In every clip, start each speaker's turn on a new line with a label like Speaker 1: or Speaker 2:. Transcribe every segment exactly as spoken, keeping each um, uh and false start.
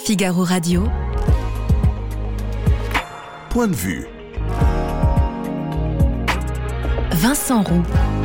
Speaker 1: Figaro Radio.
Speaker 2: Point de vue.
Speaker 1: Vincent Roux.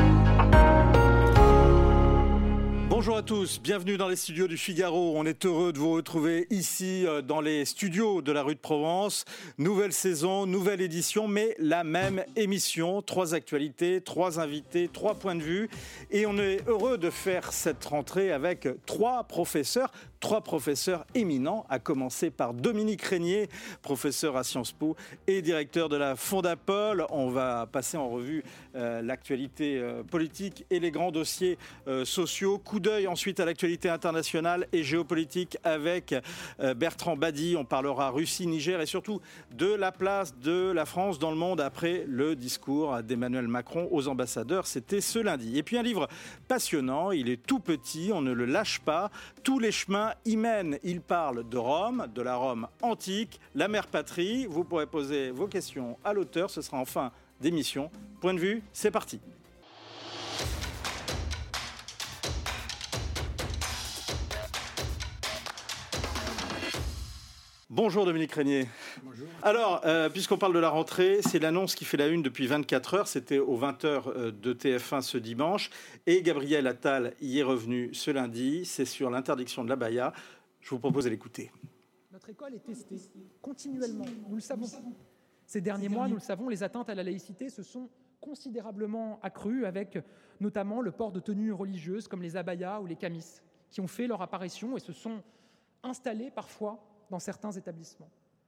Speaker 3: Bonjour à tous, bienvenue dans les studios du Figaro. On est heureux de vous retrouver ici dans les studios de la rue de Provence. Nouvelle saison, nouvelle édition, mais la même émission. Trois actualités, trois invités, trois points de vue. Et on est heureux de faire cette rentrée avec trois professeurs. Trois professeurs éminents, à commencer par Dominique Régnier, professeur à Sciences Po et directeur de la Fondapol. On va passer en revue euh, l'actualité euh, politique et les grands dossiers euh, sociaux. Coup d'œil ensuite à l'actualité internationale et géopolitique avec euh, Bertrand Badi. On parlera Russie, Niger et surtout de la place de la France dans le monde après le discours d'Emmanuel Macron aux ambassadeurs. C'était ce lundi. Et puis un livre passionnant, il est tout petit, on ne le lâche pas. Tous les chemins y mène. Il parle de Rome, de la Rome antique, la mère patrie. Vous pourrez poser vos questions à l'auteur. Ce sera en fin d'émission. Point de vue, c'est parti. Bonjour Dominique Régnier.
Speaker 4: Bonjour.
Speaker 3: Alors, euh, puisqu'on parle de la rentrée, c'est l'annonce qui fait la une depuis vingt-quatre heures. C'était aux vingt heures de T F un ce dimanche. Et Gabriel Attal y est revenu ce lundi. C'est sur l'interdiction de l'abaya. Je vous propose de l'écouter.
Speaker 4: Notre école est testée continuellement, nous le savons. Ces derniers mois, nous le savons, les atteintes à la laïcité se sont considérablement accrues, avec notamment le port de tenues religieuses comme les abayas ou les camis, qui ont fait leur apparition et se sont installés parfois dans certains établissements.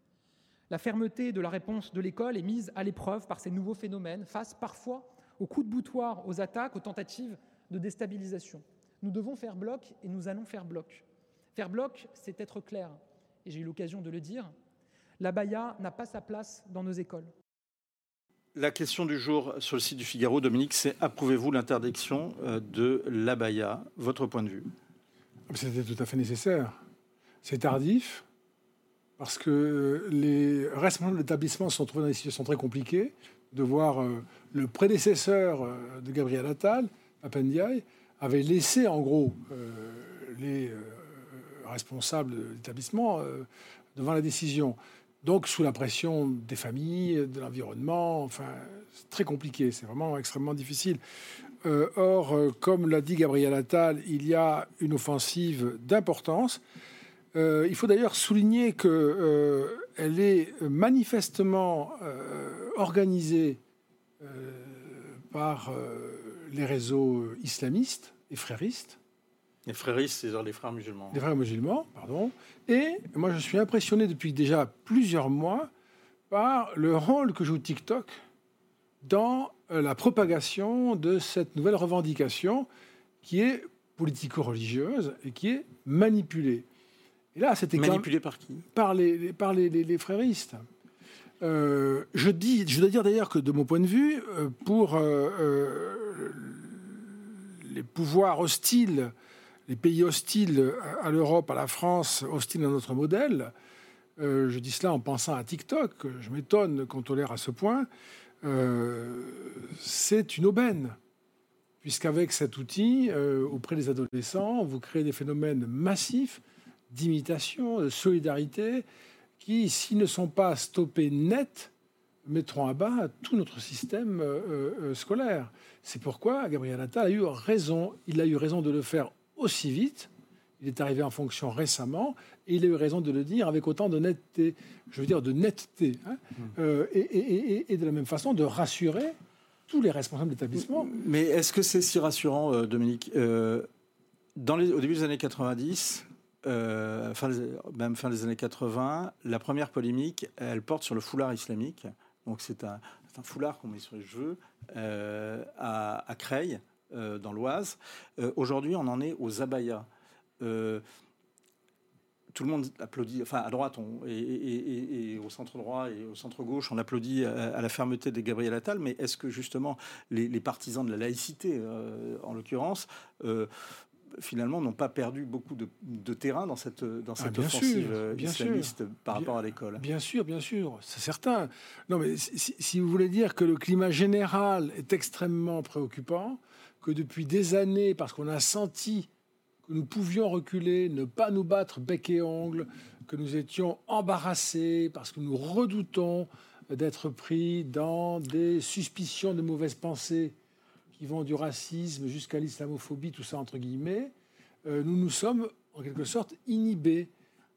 Speaker 4: La fermeté de la réponse de l'école est mise à l'épreuve par ces nouveaux phénomènes, face parfois aux coups de boutoir, aux attaques, aux tentatives de déstabilisation. Nous devons faire bloc et nous allons faire bloc. Faire bloc, c'est être clair. Et j'ai eu l'occasion de le dire, l'abaya n'a pas sa place dans nos écoles.
Speaker 3: La question du jour sur le site du Figaro, Dominique, c'est approuvez-vous l'interdiction de l'abaya? Votre point de vue?
Speaker 5: C'était tout à fait nécessaire. C'est tardif, parce que les responsables d'établissement se sont trouvés dans des situations très compliquées, de voir euh, le prédécesseur euh, de Gabriel Attal, Pap Ndiaye, avait laissé en gros euh, les euh, responsables d'établissement euh, devant la décision. Donc sous la pression des familles, de l'environnement, enfin, c'est très compliqué, c'est vraiment extrêmement difficile. Euh, or, euh, comme l'a dit Gabriel Attal, il y a une offensive d'importance. Euh, il faut d'ailleurs souligner qu'elle euh, est manifestement euh, organisée euh, par euh, les réseaux islamistes et fréristes.
Speaker 3: Les fréristes, c'est les frères musulmans.
Speaker 5: Les frères musulmans, pardon. Et moi, je suis impressionné depuis déjà plusieurs mois par le rôle que joue TikTok dans euh, la propagation de cette nouvelle revendication qui est politico-religieuse et qui est manipulée. Et là, c'était
Speaker 3: manipulé par qui?
Speaker 5: Par les, les, par les, les, les fréristes. Euh, je, dis, je dois dire d'ailleurs que de mon point de vue, euh, pour euh, euh, les pouvoirs hostiles, les pays hostiles à, à l'Europe, à la France, hostiles à notre modèle, euh, je dis cela en pensant à TikTok, je m'étonne qu'on tolère à ce point, euh, c'est une aubaine. Puisqu'avec cet outil, euh, auprès des adolescents, vous créez des phénomènes massifs d'imitation, de solidarité, qui, s'ils ne sont pas stoppés net, mettront à bas tout notre système euh, euh, scolaire. C'est pourquoi Gabriel Attal a eu raison. Il a eu raison de le faire aussi vite. Il est arrivé en fonction récemment, et il a eu raison de le dire avec autant de netteté, je veux dire de netteté, hein, mmh. euh, et, et, et, et de la même façon de rassurer tous les responsables d'établissement.
Speaker 3: Mais est-ce que c'est si rassurant, euh, Dominique? euh, dans les, Au début des années quatre-vingt-dix, Euh, fin des, même fin des années quatre-vingts, la première polémique, elle porte sur le foulard islamique. Donc c'est un, c'est un foulard qu'on met sur les cheveux euh, à, à Creil, euh, dans l'Oise. Euh, aujourd'hui, on en est aux abayas. Euh, tout le monde applaudit, enfin à droite on, et, et, et, et au centre droit et au centre gauche, on applaudit à, à la fermeté de Gabriel Attal. Mais est-ce que justement les, les partisans de la laïcité, euh, en l'occurrence, euh, finalement, n'ont pas perdu beaucoup de, de terrain dans cette, dans cette ah, offensive sûr, islamiste sûr. par rapport
Speaker 5: bien,
Speaker 3: à l'école.
Speaker 5: Bien sûr, bien sûr, c'est certain. Non, mais si, si vous voulez dire que le climat général est extrêmement préoccupant, que depuis des années, parce qu'on a senti que nous pouvions reculer, ne pas nous battre bec et ongle, que nous étions embarrassés parce que nous redoutons d'être pris dans des suspicions de mauvaises pensées qui vont du racisme jusqu'à l'islamophobie, tout ça entre guillemets, euh, nous nous sommes en quelque sorte inhibés.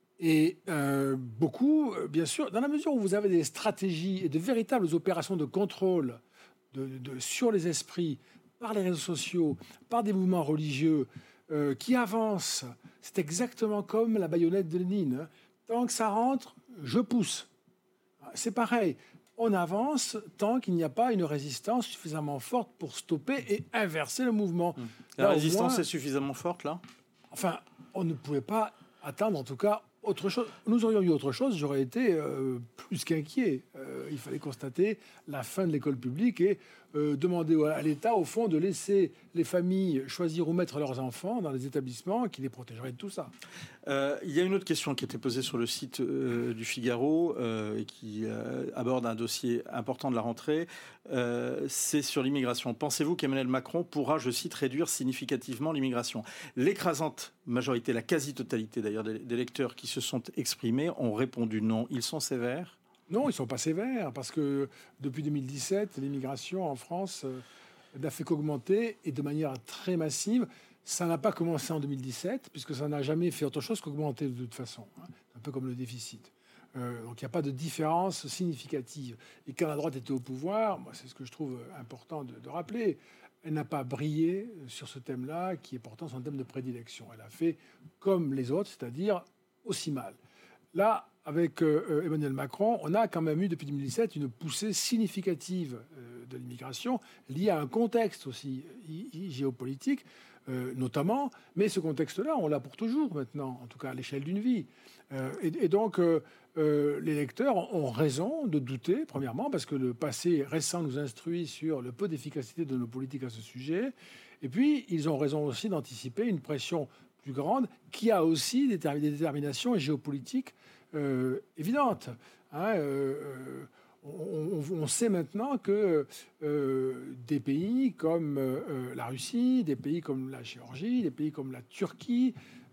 Speaker 5: Et euh, beaucoup, bien sûr, dans la mesure où vous avez des stratégies et de véritables opérations de contrôle de, de, sur les esprits, par les réseaux sociaux, par des mouvements religieux euh, qui avancent, c'est exactement comme la baïonnette de Lénine. Hein. Tant que ça rentre, je pousse. C'est pareil. On avance tant qu'il n'y a pas une résistance suffisamment forte pour stopper et inverser le mouvement.
Speaker 3: Mmh. La
Speaker 5: là,
Speaker 3: résistance
Speaker 5: moins,
Speaker 3: est suffisamment forte, là ?
Speaker 5: Enfin, on ne pouvait pas atteindre, en tout cas, autre chose. Nous aurions eu autre chose, j'aurais été euh, plus qu'inquiet. Euh, il fallait constater la fin de l'école publique et euh, demander à l'État, au fond, de laisser les familles choisir où mettre leurs enfants dans les établissements qui les protégeraient de tout ça.
Speaker 3: Euh, il y a une autre question qui était posée sur le site euh, du Figaro euh, et qui euh, aborde un dossier important de la rentrée. Euh, c'est sur l'immigration. Pensez-vous qu'Emmanuel Macron pourra, je cite, réduire significativement l'immigration ? L'écrasante majorité, la quasi-totalité d'ailleurs des, des lecteurs qui se sont exprimés ont répondu non. Ils sont sévères ?
Speaker 5: Non, ils ne sont pas sévères, parce que depuis deux mille dix-sept, l'immigration en France euh, n'a fait qu'augmenter, et de manière très massive. Ça n'a pas commencé en deux mille dix-sept, puisque ça n'a jamais fait autre chose qu'augmenter de toute façon, hein, un peu comme le déficit. Euh, donc il n'y a pas de différence significative. Et quand la droite était au pouvoir, moi, c'est ce que je trouve important de, de rappeler, elle n'a pas brillé sur ce thème-là, qui est pourtant son thème de prédilection. Elle a fait comme les autres, c'est-à-dire aussi mal. Là, avec euh, Emmanuel Macron, on a quand même eu depuis deux mille dix-sept une poussée significative euh, de l'immigration, liée à un contexte aussi i- géopolitique, euh, notamment, mais ce contexte-là, on l'a pour toujours maintenant, en tout cas à l'échelle d'une vie. Euh, et, et donc, euh, euh, les lecteurs ont raison de douter, premièrement, parce que le passé récent nous instruit sur le peu d'efficacité de nos politiques à ce sujet, et puis ils ont raison aussi d'anticiper une pression plus grande qui a aussi des, des déterminations géopolitiques Euh, évidente. Hein, euh, on, on, on sait maintenant que euh, des pays comme euh, la Russie, des pays comme la Géorgie, des pays comme la Turquie,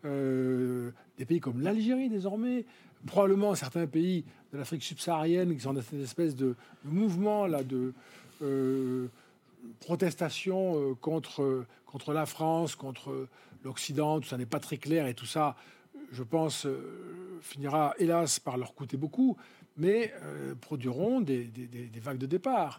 Speaker 5: euh, des pays comme l'Algérie désormais, probablement certains pays de l'Afrique subsaharienne qui sont dans cette espèce de mouvement là de euh, protestation euh, contre, contre la France, contre l'Occident, tout ça n'est pas très clair et tout ça, je pense, euh, finira hélas par leur coûter beaucoup, mais euh, produiront des, des, des vagues de départ.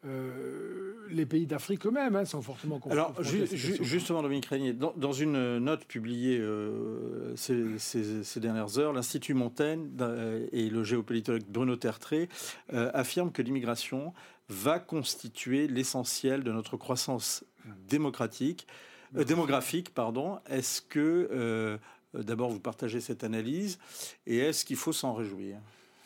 Speaker 5: Euh, les pays d'Afrique eux-mêmes hein, sont fortement confrontés.
Speaker 3: Alors, ju- ju- justement, Dominique Régnier, dans, dans une note publiée euh, ces, ces, ces dernières heures, l'Institut Montaigne euh, et le géopolitologue Bruno Tertré euh, affirment que l'immigration va constituer l'essentiel de notre croissance démocratique, euh, démographique. Pardon. Est-ce que, euh, d'abord, vous partagez cette analyse et est-ce qu'il faut s'en réjouir ?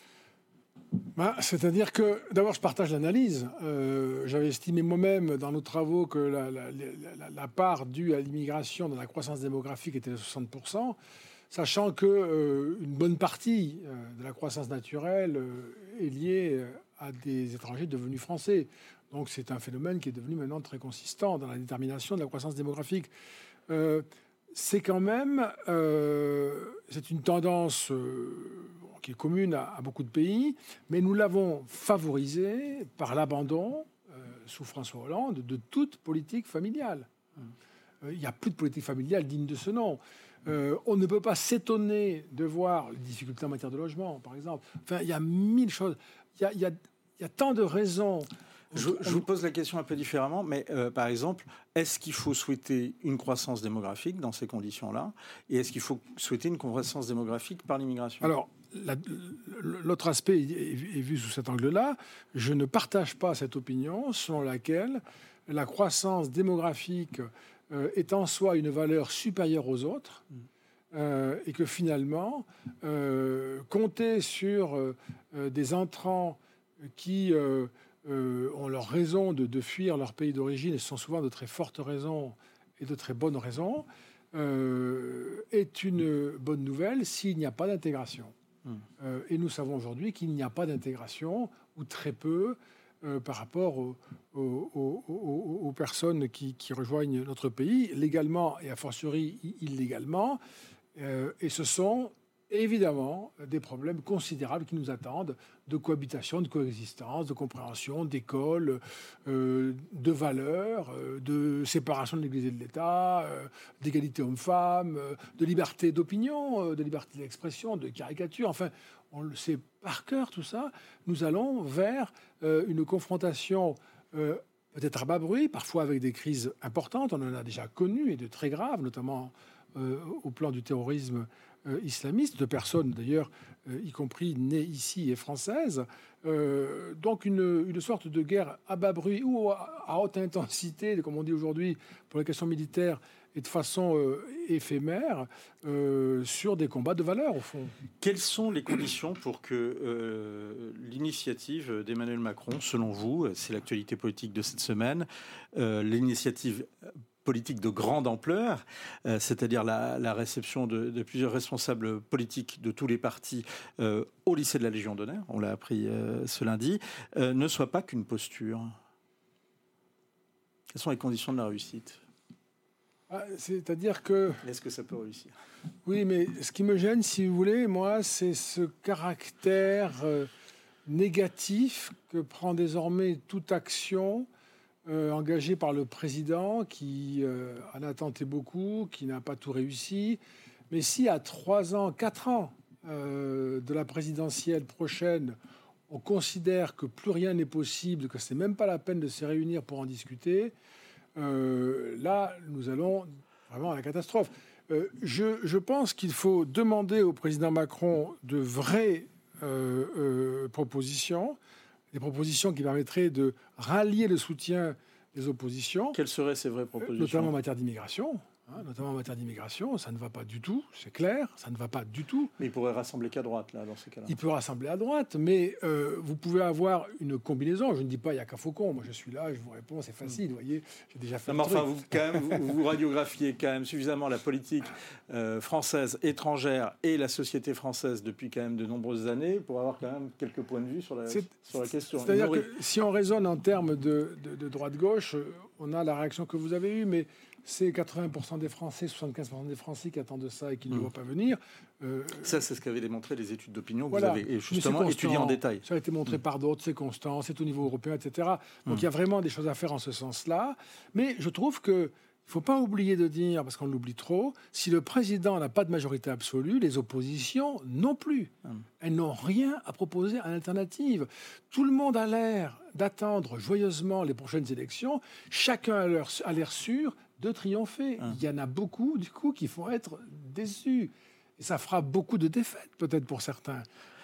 Speaker 5: Ben, c'est-à-dire que, d'abord, je partage l'analyse. Euh, j'avais estimé moi-même dans nos travaux que la, la, la, la part due à l'immigration dans la croissance démographique était de soixante pour cent, sachant qu'une euh, bonne partie euh, de la croissance naturelle euh, est liée à des étrangers devenus français. Donc c'est un phénomène qui est devenu maintenant très consistant dans la détermination de la croissance démographique. Euh, c'est quand même euh, c'est une tendance... Euh, qui est commune à, à beaucoup de pays, mais nous l'avons favorisée par l'abandon, euh, sous François Hollande, de toute politique familiale. Euh, il n'y a plus de politique familiale digne de ce nom. Euh, on ne peut pas s'étonner de voir les difficultés en matière de logement, par exemple. Enfin, il y a mille choses. Il y a, il y a, il y a tant de raisons.
Speaker 3: Je, je vous pose la question un peu différemment, mais euh, par exemple, est-ce qu'il faut souhaiter une croissance démographique dans ces conditions-là ? Et est-ce qu'il faut souhaiter une croissance démographique par l'immigration ?
Speaker 5: Alors, La, l'autre aspect est, est vu sous cet angle-là. Je ne partage pas cette opinion selon laquelle la croissance démographique euh, est en soi une valeur supérieure aux autres euh, et que finalement, euh, compter sur euh, des entrants qui euh, euh, ont leur raison de, de fuir leur pays d'origine, et ce sont souvent de très fortes raisons et de très bonnes raisons, euh, est une bonne nouvelle s'il n'y a pas d'intégration. Euh, et nous savons aujourd'hui qu'il n'y a pas d'intégration, ou très peu, euh, par rapport aux, aux, aux, aux personnes qui, qui rejoignent notre pays, légalement et a fortiori illégalement. Euh, et ce sont Et évidemment, des problèmes considérables qui nous attendent, de cohabitation, de coexistence, de compréhension, d'école, euh, de valeurs, euh, de séparation de l'Église et de l'État, euh, d'égalité homme-femme, euh, de liberté d'opinion, euh, de liberté d'expression, de caricature. Enfin, on le sait par cœur, tout ça. Nous allons vers euh, une confrontation euh, peut-être à bas bruit, parfois avec des crises importantes. On en a déjà connu, et de très graves, notamment euh, au plan du terrorisme Euh, islamistes, de personnes d'ailleurs, euh, y compris nées ici et françaises. Euh, donc une, une sorte de guerre à bas bruit ou à, à haute intensité, comme on dit aujourd'hui pour les questions militaires, et de façon euh, éphémère, euh, sur des combats de valeur au fond.
Speaker 3: Quelles sont les conditions pour que euh, l'initiative d'Emmanuel Macron, selon vous, c'est l'actualité politique de cette semaine, euh, l'initiative politique de grande ampleur, euh, c'est-à-dire la, la réception de, de plusieurs responsables politiques de tous les partis euh, au lycée de la Légion d'honneur, on l'a appris euh, ce lundi, euh, ne soit pas qu'une posture. Quelles sont les conditions de la réussite ?
Speaker 5: Ah, c'est-à-dire que...
Speaker 3: Est-ce que ça peut réussir ?
Speaker 5: Oui, mais ce qui me gêne, si vous voulez, moi, c'est ce caractère euh, négatif que prend désormais toute action Euh, engagé par le président qui euh, en a tenté beaucoup, qui n'a pas tout réussi. Mais si à trois ans, quatre ans euh, de la présidentielle prochaine, on considère que plus rien n'est possible, que c'est même pas la peine de se réunir pour en discuter, euh, là, nous allons vraiment à la catastrophe. Euh, je, je pense qu'il faut demander au président Macron de vraies euh, euh, propositions, des propositions qui permettraient de rallier le soutien des oppositions.
Speaker 3: Quelles seraient ces vraies propositions ?
Speaker 5: Notamment en matière d'immigration. Hein, notamment en matière d'immigration, ça ne va pas du tout, c'est clair, ça ne va pas du tout.
Speaker 3: Mais il pourrait rassembler qu'à droite, là, dans ces cas-là.
Speaker 5: Il peut rassembler à droite, mais euh, vous pouvez avoir une combinaison. Je ne dis pas il n'y a qu'à Faucon. Moi, je suis là, je vous réponds, c'est facile, vous voyez. J'ai déjà fait.
Speaker 3: Non, mais enfin, vous, quand même, vous, vous radiographiez quand même suffisamment la politique euh, française, étrangère et la société française depuis quand même de nombreuses années pour avoir quand même quelques points de vue sur la, sur la question.
Speaker 5: C'est-à-dire que si on raisonne en termes de, de, de droite-gauche, on a la réaction que vous avez eue, mais c'est quatre-vingts pour cent des Français, soixante-quinze pour cent des Français qui attendent ça et qui mmh. ne voient pas venir. Euh,
Speaker 3: ça, c'est ce qu'avaient démontré les études d'opinion que
Speaker 5: voilà.
Speaker 3: vous avez justement étudiées en détail.
Speaker 5: Ça a été montré mmh. par d'autres, c'est constant, c'est au niveau européen, et cetera. Donc mmh. il y a vraiment des choses à faire en ce sens-là. Mais je trouve que il ne faut pas oublier de dire, parce qu'on l'oublie trop, si le président n'a pas de majorité absolue, les oppositions non plus. Mmh. Elles n'ont rien à proposer en alternative. Tout le monde a l'air d'attendre joyeusement les prochaines élections. Chacun a l'air, a l'air sûr de triompher. Mmh. Il y en a beaucoup, du coup, qui vont être déçus. Et ça fera beaucoup de défaites, peut-être, pour certains.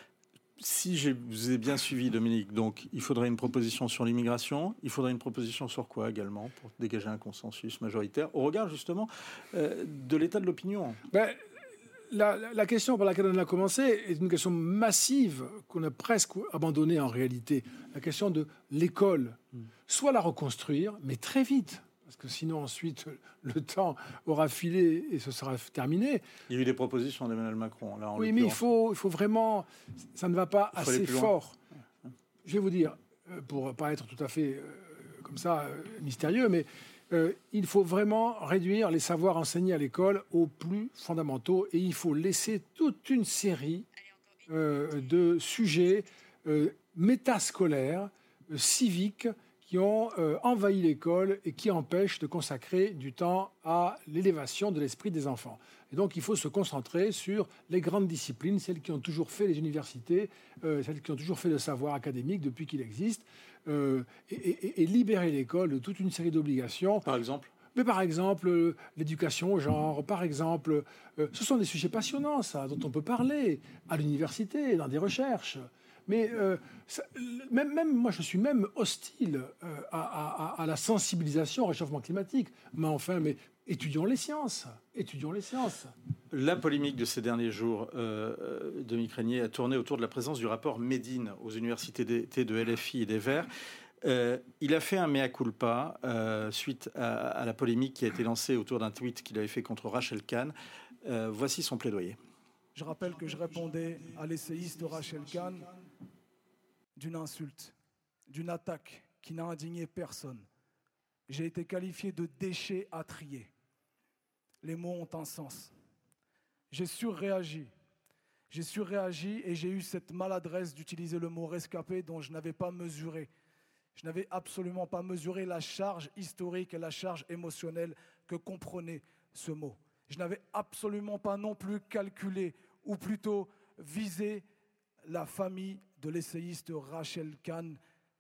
Speaker 3: Si je vous ai bien suivi, Dominique, donc il faudrait une proposition sur l'immigration. Il faudrait une proposition sur quoi également pour dégager un consensus majoritaire au regard justement euh, de l'état de l'opinion.
Speaker 5: Ben, la, la question par laquelle on a commencé est une question massive qu'on a presque abandonnée en réalité. La question de l'école. Mmh. Soit la reconstruire, mais très vite. Parce que sinon, ensuite, le temps aura filé et ce sera terminé.
Speaker 3: Il y a eu des propositions d'Emmanuel Macron. Là, en
Speaker 5: oui, mais il faut, il faut vraiment... Ça ne va pas assez fort. Je vais vous dire, pour ne pas être tout à fait euh, comme ça, euh, mystérieux, mais euh, il faut vraiment réduire les savoirs enseignés à l'école aux plus fondamentaux et il faut laisser toute une série euh, de sujets euh, métascolaires, euh, civiques, qui ont euh, envahi l'école et qui empêchent de consacrer du temps à l'élévation de l'esprit des enfants. Et donc, il faut se concentrer sur les grandes disciplines, celles qui ont toujours fait les universités, euh, celles qui ont toujours fait le savoir académique depuis qu'il existe, euh, et, et, et libérer l'école de toute une série d'obligations.
Speaker 3: Par exemple ?
Speaker 5: Mais par exemple, euh, l'éducation au genre, par exemple, euh, ce sont des sujets passionnants, ça, dont on peut parler à l'université, dans des recherches. Mais euh, ça, même, même moi, je suis même hostile euh, à, à, à la sensibilisation au réchauffement climatique. Mais enfin, mais étudions les sciences. Étudions les sciences.
Speaker 3: La polémique de ces derniers jours, euh, Dominique Régnier, a tourné autour de la présence du rapport Médine aux universités d'été de L F I et des Verts. Euh, il a fait un mea culpa euh, suite à, à la polémique qui a été lancée autour d'un tweet qu'il avait fait contre Rachel Kahn. Euh, voici son plaidoyer.
Speaker 2: Je rappelle que je répondais à l'essayiste Rachel Kahn d'une insulte, d'une attaque qui n'a indigné personne. J'ai été qualifié de déchet à trier. Les mots ont un sens. J'ai surréagi. j'ai surréagi et j'ai eu cette maladresse d'utiliser le mot rescapé dont je n'avais pas mesuré. Je n'avais absolument pas mesuré la charge historique et la charge émotionnelle que comprenait ce mot. Je n'avais absolument pas non plus calculé, ou plutôt visé, la famille de l'essayiste Rachel Kahn,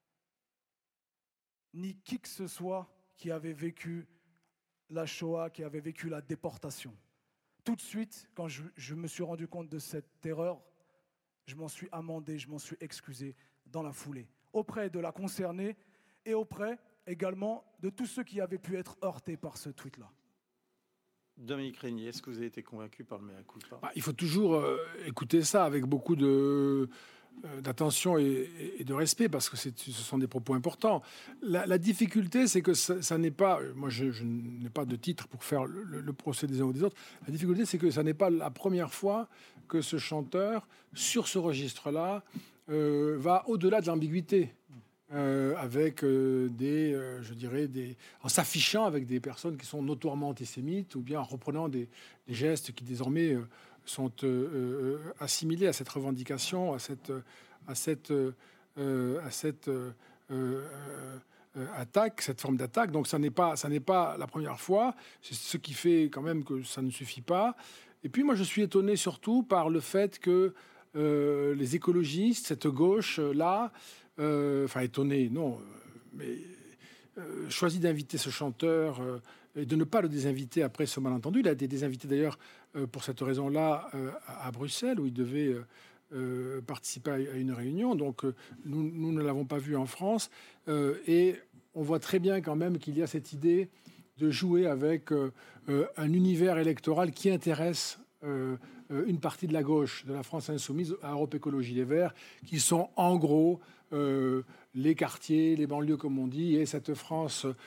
Speaker 2: ni qui que ce soit qui avait vécu la Shoah, qui avait vécu la déportation. Tout de suite, quand je, je me suis rendu compte de cette erreur, je m'en suis amendé, je m'en suis excusé dans la foulée, auprès de la concernée et auprès également de tous ceux qui avaient pu être heurtés par ce tweet-là.
Speaker 3: Dominique Régnier, est-ce que vous avez été convaincu par le mea culpa ?
Speaker 5: Bah, il faut toujours euh, écouter ça avec beaucoup de, euh, d'attention et, et de respect, parce que c'est, ce sont des propos importants. La, la difficulté, c'est que ça, ça n'est pas... Moi, je, je n'ai pas de titre pour faire le, le, le procès des uns ou des autres. La difficulté, c'est que ça n'est pas la première fois que ce chanteur, sur ce registre-là, euh, va au-delà de l'ambiguïté. Euh, avec euh, des, euh, je dirais, des, en s'affichant avec des personnes qui sont notoirement antisémites, ou bien en reprenant des, des gestes qui désormais euh, sont euh, euh, assimilés à cette revendication, à cette, à cette, euh, à cette euh, euh, attaque, cette forme d'attaque. Donc ça n'est pas, ça n'est pas la première fois. C'est ce qui fait quand même que ça ne suffit pas. Et puis moi, je suis étonné surtout par le fait que euh, les écologistes, cette gauche-là, Euh, enfin, étonné, non, mais euh, choisi d'inviter ce chanteur euh, et de ne pas le désinviter après ce malentendu. Il a été désinvité d'ailleurs euh, pour cette raison-là euh, à, à Bruxelles, où il devait euh, euh, participer à, à une réunion. Donc, euh, nous, nous ne l'avons pas vu en France. Euh, et on voit très bien quand même qu'il y a cette idée de jouer avec euh, euh, un univers électoral qui intéresse euh, une partie de la gauche de la France insoumise à Europe Écologie Les Verts, qui sont en gros euh, les quartiers, les banlieues comme on dit, et cette France euh,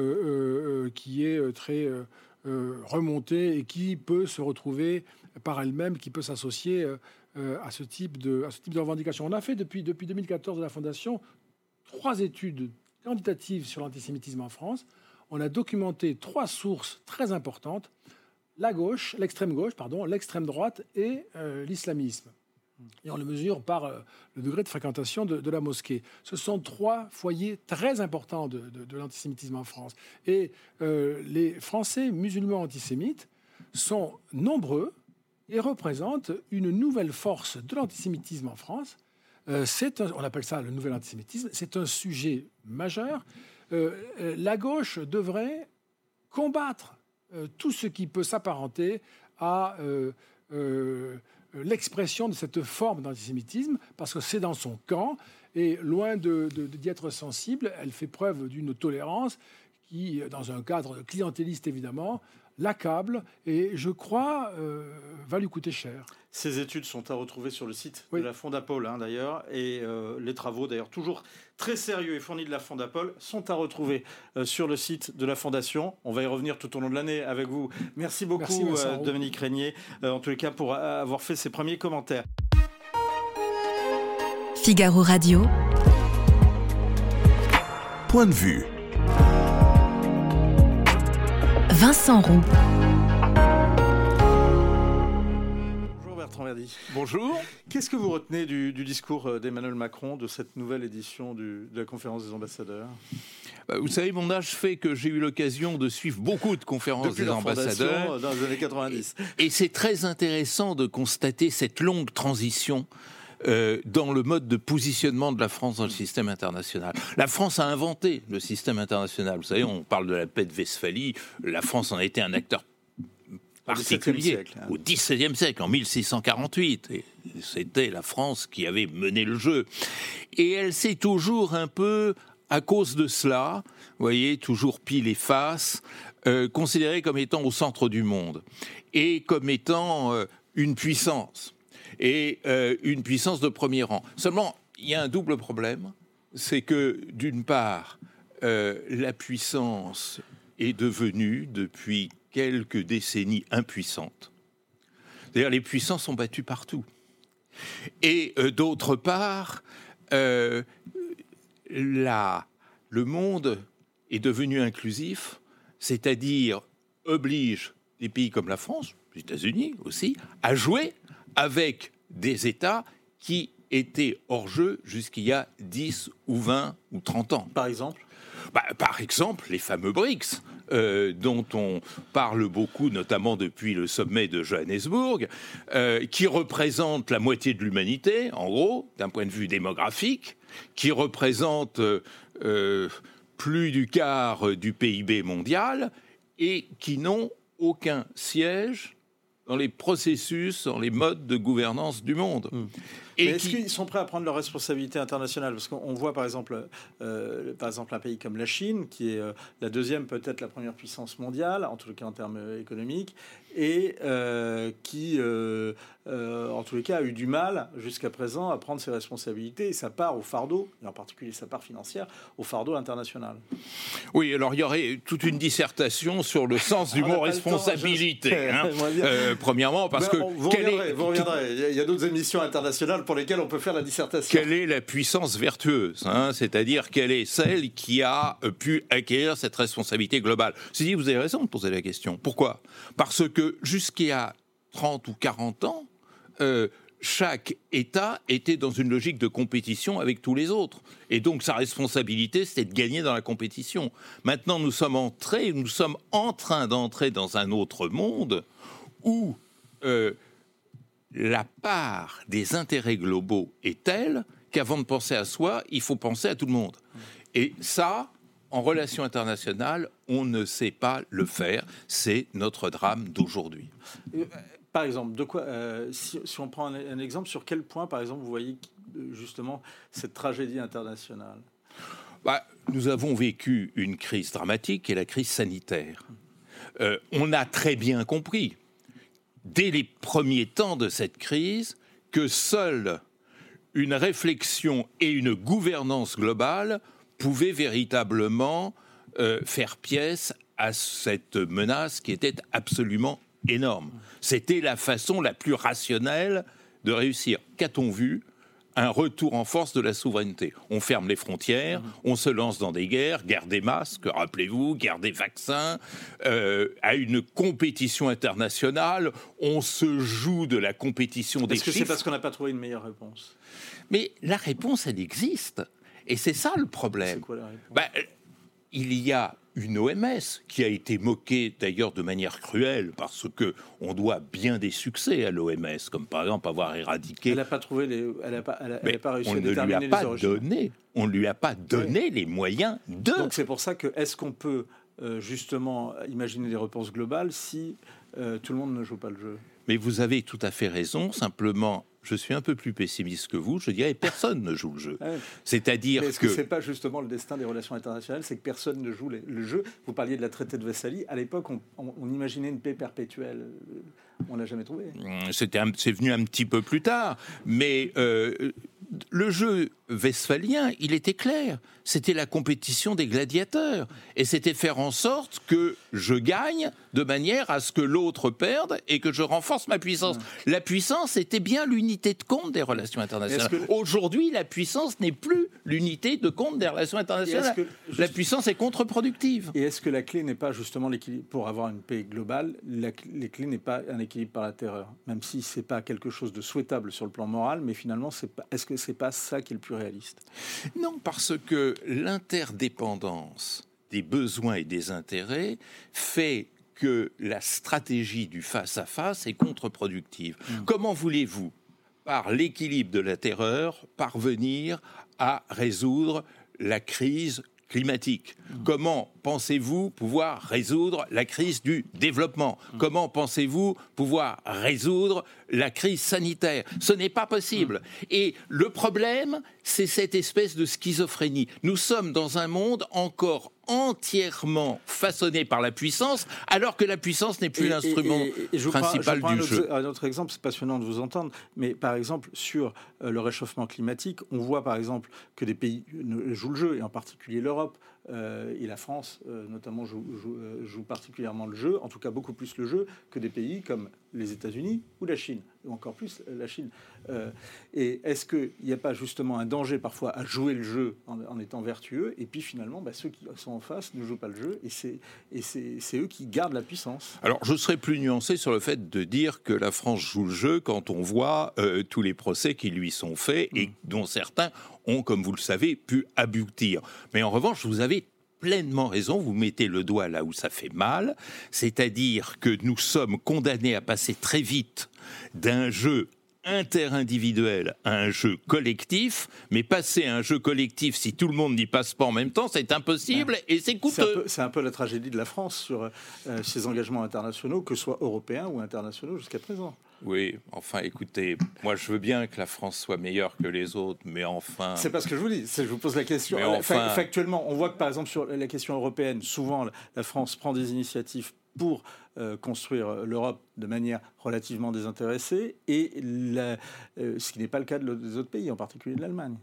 Speaker 5: euh, qui est très euh, remontée et qui peut se retrouver par elle-même, qui peut s'associer euh, à ce type de, à ce type de revendication. On a fait depuis, depuis deux mille quatorze de la Fondation trois études quantitatives sur l'antisémitisme en France. On a documenté trois sources très importantes: la gauche, l'extrême gauche, pardon, l'extrême droite et euh, l'islamisme. Et on le mesure par euh, le degré de fréquentation de, de la mosquée. Ce sont trois foyers très importants de, de, de l'antisémitisme en France. Et euh, les Français musulmans antisémites sont nombreux et représentent une nouvelle force de l'antisémitisme en France. Euh, c'est un, on appelle ça le nouvel antisémitisme. C'est un sujet majeur. Euh, euh, la gauche devrait combattre Euh, tout ce qui peut s'apparenter à euh, euh, l'expression de cette forme d'antisémitisme, parce que c'est dans son camp, et loin de, de, d'y être sensible, elle fait preuve d'une tolérance qui, dans un cadre clientéliste évidemment, l'accable, et je crois euh, va lui coûter cher.
Speaker 3: Ces études sont à retrouver sur le site
Speaker 5: oui.
Speaker 3: de la Fondapol, hein, d'ailleurs, et euh, les travaux, d'ailleurs, toujours très sérieux et fournis de la Fondapol, sont à retrouver euh, sur le site de la Fondation. On va y revenir tout au long de l'année avec vous. Merci beaucoup, Merci, euh, Dominique Régnier, euh, en tous les cas, pour avoir fait ces premiers commentaires.
Speaker 1: Figaro Radio.
Speaker 6: Point de vue.
Speaker 1: Vincent Roux.
Speaker 3: Bonjour Bertrand Verdi.
Speaker 6: Bonjour.
Speaker 3: Qu'est-ce que vous retenez du, du discours d'Emmanuel Macron, de cette nouvelle édition du, de la conférence des ambassadeurs ?
Speaker 6: Bah, vous savez, mon âge fait que j'ai eu l'occasion de suivre beaucoup de conférences
Speaker 3: Depuis
Speaker 6: des ambassadeurs.
Speaker 3: Dans les années quatre-vingt-dix.
Speaker 6: Et, et c'est très intéressant de constater cette longue transition Euh, dans le mode de positionnement de la France dans le système international. La France a inventé le système international. Vous savez, on parle de la paix de Westphalie. La France en a été un acteur particulier
Speaker 3: siècle, hein.
Speaker 6: au dix-septième siècle, en mille six cent quarante-huit. Et c'était la France qui avait mené le jeu. Et elle s'est toujours un peu, à cause de cela, vous voyez, toujours pile et face, euh, considérée comme étant au centre du monde et comme étant euh, une puissance. Et euh, une puissance de premier rang. Seulement, il y a un double problème, c'est que, d'une part, euh, la puissance est devenue, depuis quelques décennies, impuissante. C'est-à-dire, les puissances sont battues partout. Et euh, d'autre part, euh, la, le monde est devenu inclusif, c'est-à-dire oblige des pays comme la France, les États-Unis aussi, à jouer avec des États qui étaient hors jeu jusqu'il y a dix ou vingt ou trente ans.
Speaker 3: Par exemple
Speaker 6: bah, Par exemple, les fameux BRICS, euh, dont on parle beaucoup, notamment depuis le sommet de Johannesburg, euh, qui représentent la moitié de l'humanité, en gros, d'un point de vue démographique, qui représentent euh, euh, plus du quart du P I B mondial, et qui n'ont aucun siège dans les processus, dans les modes de gouvernance du monde.
Speaker 3: Mmh.
Speaker 6: Et
Speaker 3: Mais est-ce
Speaker 6: qui...
Speaker 3: qu'ils sont prêts à prendre leurs responsabilités internationales ? Parce qu'on voit par exemple, euh, par exemple un pays comme la Chine, qui est euh, la deuxième, peut-être la première puissance mondiale, en tout cas en termes économiques, et euh, qui, euh, euh, en tous les cas, a eu du mal jusqu'à présent à prendre ses responsabilités et sa part au fardeau, et en particulier sa part financière, au fardeau international.
Speaker 6: Oui, alors il y aurait toute une dissertation sur le sens du mot responsabilité. Temps, hein. euh, premièrement, parce
Speaker 3: ben,
Speaker 6: que...
Speaker 3: Vous reviendrez, est... vous reviendrez. Il y a d'autres émissions internationales pour lesquelles on peut faire la dissertation.
Speaker 6: Quelle est la puissance vertueuse, hein, c'est-à-dire quelle est celle qui a pu acquérir cette responsabilité globale. C'est dit, vous avez raison de poser la question. Pourquoi ? Parce que jusqu'à trente ou quarante ans, euh, chaque État était dans une logique de compétition avec tous les autres. Et donc sa responsabilité, c'était de gagner dans la compétition. Maintenant, nous sommes entrés, nous sommes en train d'entrer dans un autre monde où... Euh, la part des intérêts globaux est telle qu'avant de penser à soi, il faut penser à tout le monde. Et ça, en relations internationales, on ne sait pas le faire. C'est notre drame d'aujourd'hui.
Speaker 3: Par exemple, de quoi, euh, si, si on prend un, un exemple, sur quel point, par exemple, vous voyez justement cette tragédie internationale ?
Speaker 6: Bah, nous avons vécu une crise dramatique qui est la crise sanitaire. Euh, on a très bien compris dès les premiers temps de cette crise, que seule une réflexion et une gouvernance globale pouvaient véritablement euh, faire pièce à cette menace qui était absolument énorme. C'était la façon la plus rationnelle de réussir. Qu'a-t-on vu ? Un retour en force de la souveraineté. On ferme les frontières, on se lance dans des guerres, guerre des masques, rappelez-vous, guerre des vaccins, euh, à une compétition internationale, on se joue de la compétition des chiffres.
Speaker 3: Est-ce que c'est parce qu'on n'a pas trouvé une meilleure réponse ?
Speaker 6: Mais la réponse, elle existe. Et c'est ça le problème.
Speaker 3: C'est quoi la réponse ?
Speaker 6: bah, Il y a une O M S qui a été moquée d'ailleurs de manière cruelle parce que on doit bien des succès à l'O M S, comme par exemple avoir éradiqué.
Speaker 3: Elle n'a pas trouvé les. Elle n'a pas. Elle a, elle a pas réussi à déterminer les origines.
Speaker 6: Donné, on ne lui a pas donné oui. les moyens de.
Speaker 3: Donc c'est pour ça que est-ce qu'on peut euh, justement imaginer des réponses globales si euh, tout le monde ne joue pas le jeu ?
Speaker 6: Mais vous avez tout à fait raison. Simplement, je suis un peu plus pessimiste que vous. Je dirais personne ne joue le jeu. Ah oui. C'est-à-dire
Speaker 3: Mais est-ce
Speaker 6: que,
Speaker 3: que c'est pas justement le destin des relations internationales, c'est que personne ne joue les, le jeu. Vous parliez de la traité de Westphalie. À l'époque, on, on, on imaginait une paix perpétuelle. On l'a jamais trouvé.
Speaker 6: C'était un, c'est venu un petit peu plus tard, mais euh, le jeu westphalien, il était clair. C'était la compétition des gladiateurs, et c'était faire en sorte que je gagne de manière à ce que l'autre perde et que je renforce ma puissance. Mmh. La puissance était bien l'unité de compte des relations internationales. Que... Aujourd'hui, la puissance n'est plus l'unité de compte des relations internationales. Que, juste... La puissance est contre-productive.
Speaker 3: Et est-ce que la clé n'est pas justement l'équilibre pour avoir une paix globale? La, les clés n'est pas un équilibre par la terreur, même si c'est pas quelque chose de souhaitable sur le plan moral, mais finalement, c'est pas, est-ce que c'est pas ça qui est le plus réaliste?
Speaker 6: Non, parce que l'interdépendance des besoins et des intérêts fait que la stratégie du face-à-face est contre-productive. Mmh. Comment voulez-vous, par l'équilibre de la terreur, parvenir à résoudre la crise climatique? Mmh. Comment pensez-vous pouvoir résoudre la crise du développement? Mmh. Comment pensez-vous pouvoir résoudre la crise sanitaire? Ce n'est pas possible. Mmh. Et le problème, c'est cette espèce de schizophrénie. Nous sommes dans un monde encore entièrement façonné par la puissance, alors que la puissance n'est plus et, l'instrument et, et, et je principal
Speaker 3: prends, je prends
Speaker 6: du
Speaker 3: un
Speaker 6: jeu.
Speaker 3: Autre, un autre exemple, c'est passionnant de vous entendre, mais par exemple, sur euh, le réchauffement climatique, on voit par exemple que des pays jouent le jeu, et en particulier l'Europe euh, et la France France, euh, notamment, joue, joue, euh, joue particulièrement le jeu, en tout cas beaucoup plus le jeu que des pays comme les États-Unis ou la Chine, ou encore plus la Chine. Euh, et est-ce qu'il n'y a pas justement un danger parfois à jouer le jeu en, en étant vertueux, et puis finalement, bah, ceux qui sont en face ne jouent pas le jeu, et c'est, et c'est, c'est eux qui gardent la puissance?
Speaker 6: Alors, je serais plus nuancé sur le fait de dire que la France joue le jeu quand on voit euh, tous les procès qui lui sont faits et dont certains ont, comme vous le savez, pu aboutir. Mais en revanche, vous avez pleinement raison, vous mettez le doigt là où ça fait mal, c'est-à-dire que nous sommes condamnés à passer très vite d'un jeu interindividuel à un jeu collectif, mais passer à un jeu collectif, si tout le monde n'y passe pas en même temps, c'est impossible ouais. et c'est coûteux.
Speaker 3: C'est un, peu, c'est un peu la tragédie de la France sur euh, ses engagements internationaux, que ce soit européens ou internationaux jusqu'à présent.
Speaker 6: Oui, enfin, écoutez, moi je veux bien que la France soit meilleure que les autres, mais enfin...
Speaker 3: C'est pas ce que je vous dis, c'est, je vous pose la question. Enfin... Factuellement, on voit que par exemple sur la question européenne, souvent la France prend des initiatives pour euh, construire l'Europe de manière relativement désintéressée, et la, euh, ce qui n'est pas le cas de des autres pays, en particulier de l'Allemagne.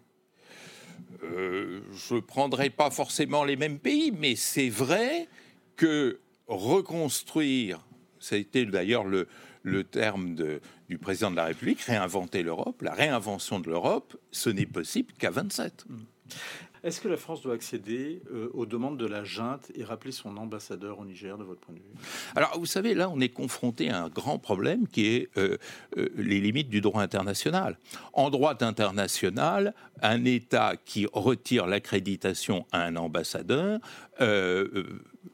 Speaker 6: Euh, je ne prendrai pas forcément les mêmes pays, mais c'est vrai que reconstruire, ça a été d'ailleurs le, le terme de, du président de la République, réinventer l'Europe, la réinvention de l'Europe, ce n'est possible qu'à vingt-sept.
Speaker 3: Est-ce que la France doit accéder euh, aux demandes de la junte et rappeler son ambassadeur au Niger, de votre point de vue?
Speaker 6: Alors, vous savez, là, on est confronté à un grand problème qui est euh, euh, les limites du droit international. En droit international, un État qui retire l'accréditation à un ambassadeur euh, euh,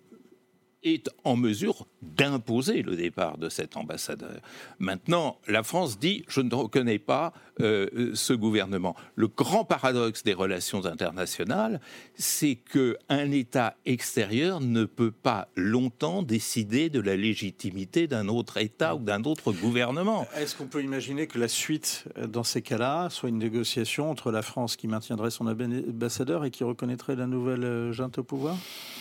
Speaker 6: est en mesure d'imposer le départ de cet ambassadeur. Maintenant, la France dit « je ne reconnais pas euh, ce gouvernement ». Le grand paradoxe des relations internationales, c'est qu'un État extérieur ne peut pas longtemps décider de la légitimité d'un autre État ou d'un autre gouvernement.
Speaker 3: Est-ce qu'on peut imaginer que la suite, dans ces cas-là, soit une négociation entre la France qui maintiendrait son ambassadeur et qui reconnaîtrait la nouvelle junte au pouvoir ?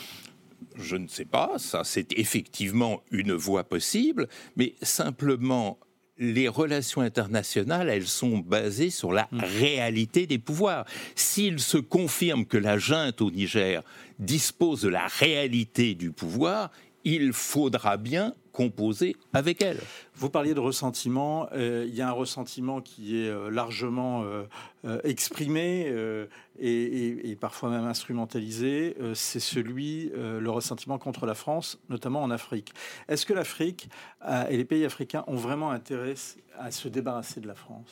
Speaker 6: Je ne sais pas, ça c'est effectivement une voie possible, mais simplement les relations internationales, elles sont basées sur la mmh. réalité des pouvoirs. S'il se confirme que la junte au Niger dispose de la réalité du pouvoir, il faudra bien composer avec elle.
Speaker 3: Vous parliez de ressentiment. Euh, il y a un ressentiment qui est euh, largement euh, euh, exprimé euh, et, et, et parfois même instrumentalisé. Euh, c'est celui, euh, le ressentiment contre la France, notamment en Afrique. Est-ce que l'Afrique euh, et les pays africains ont vraiment intérêt à se débarrasser de la France ?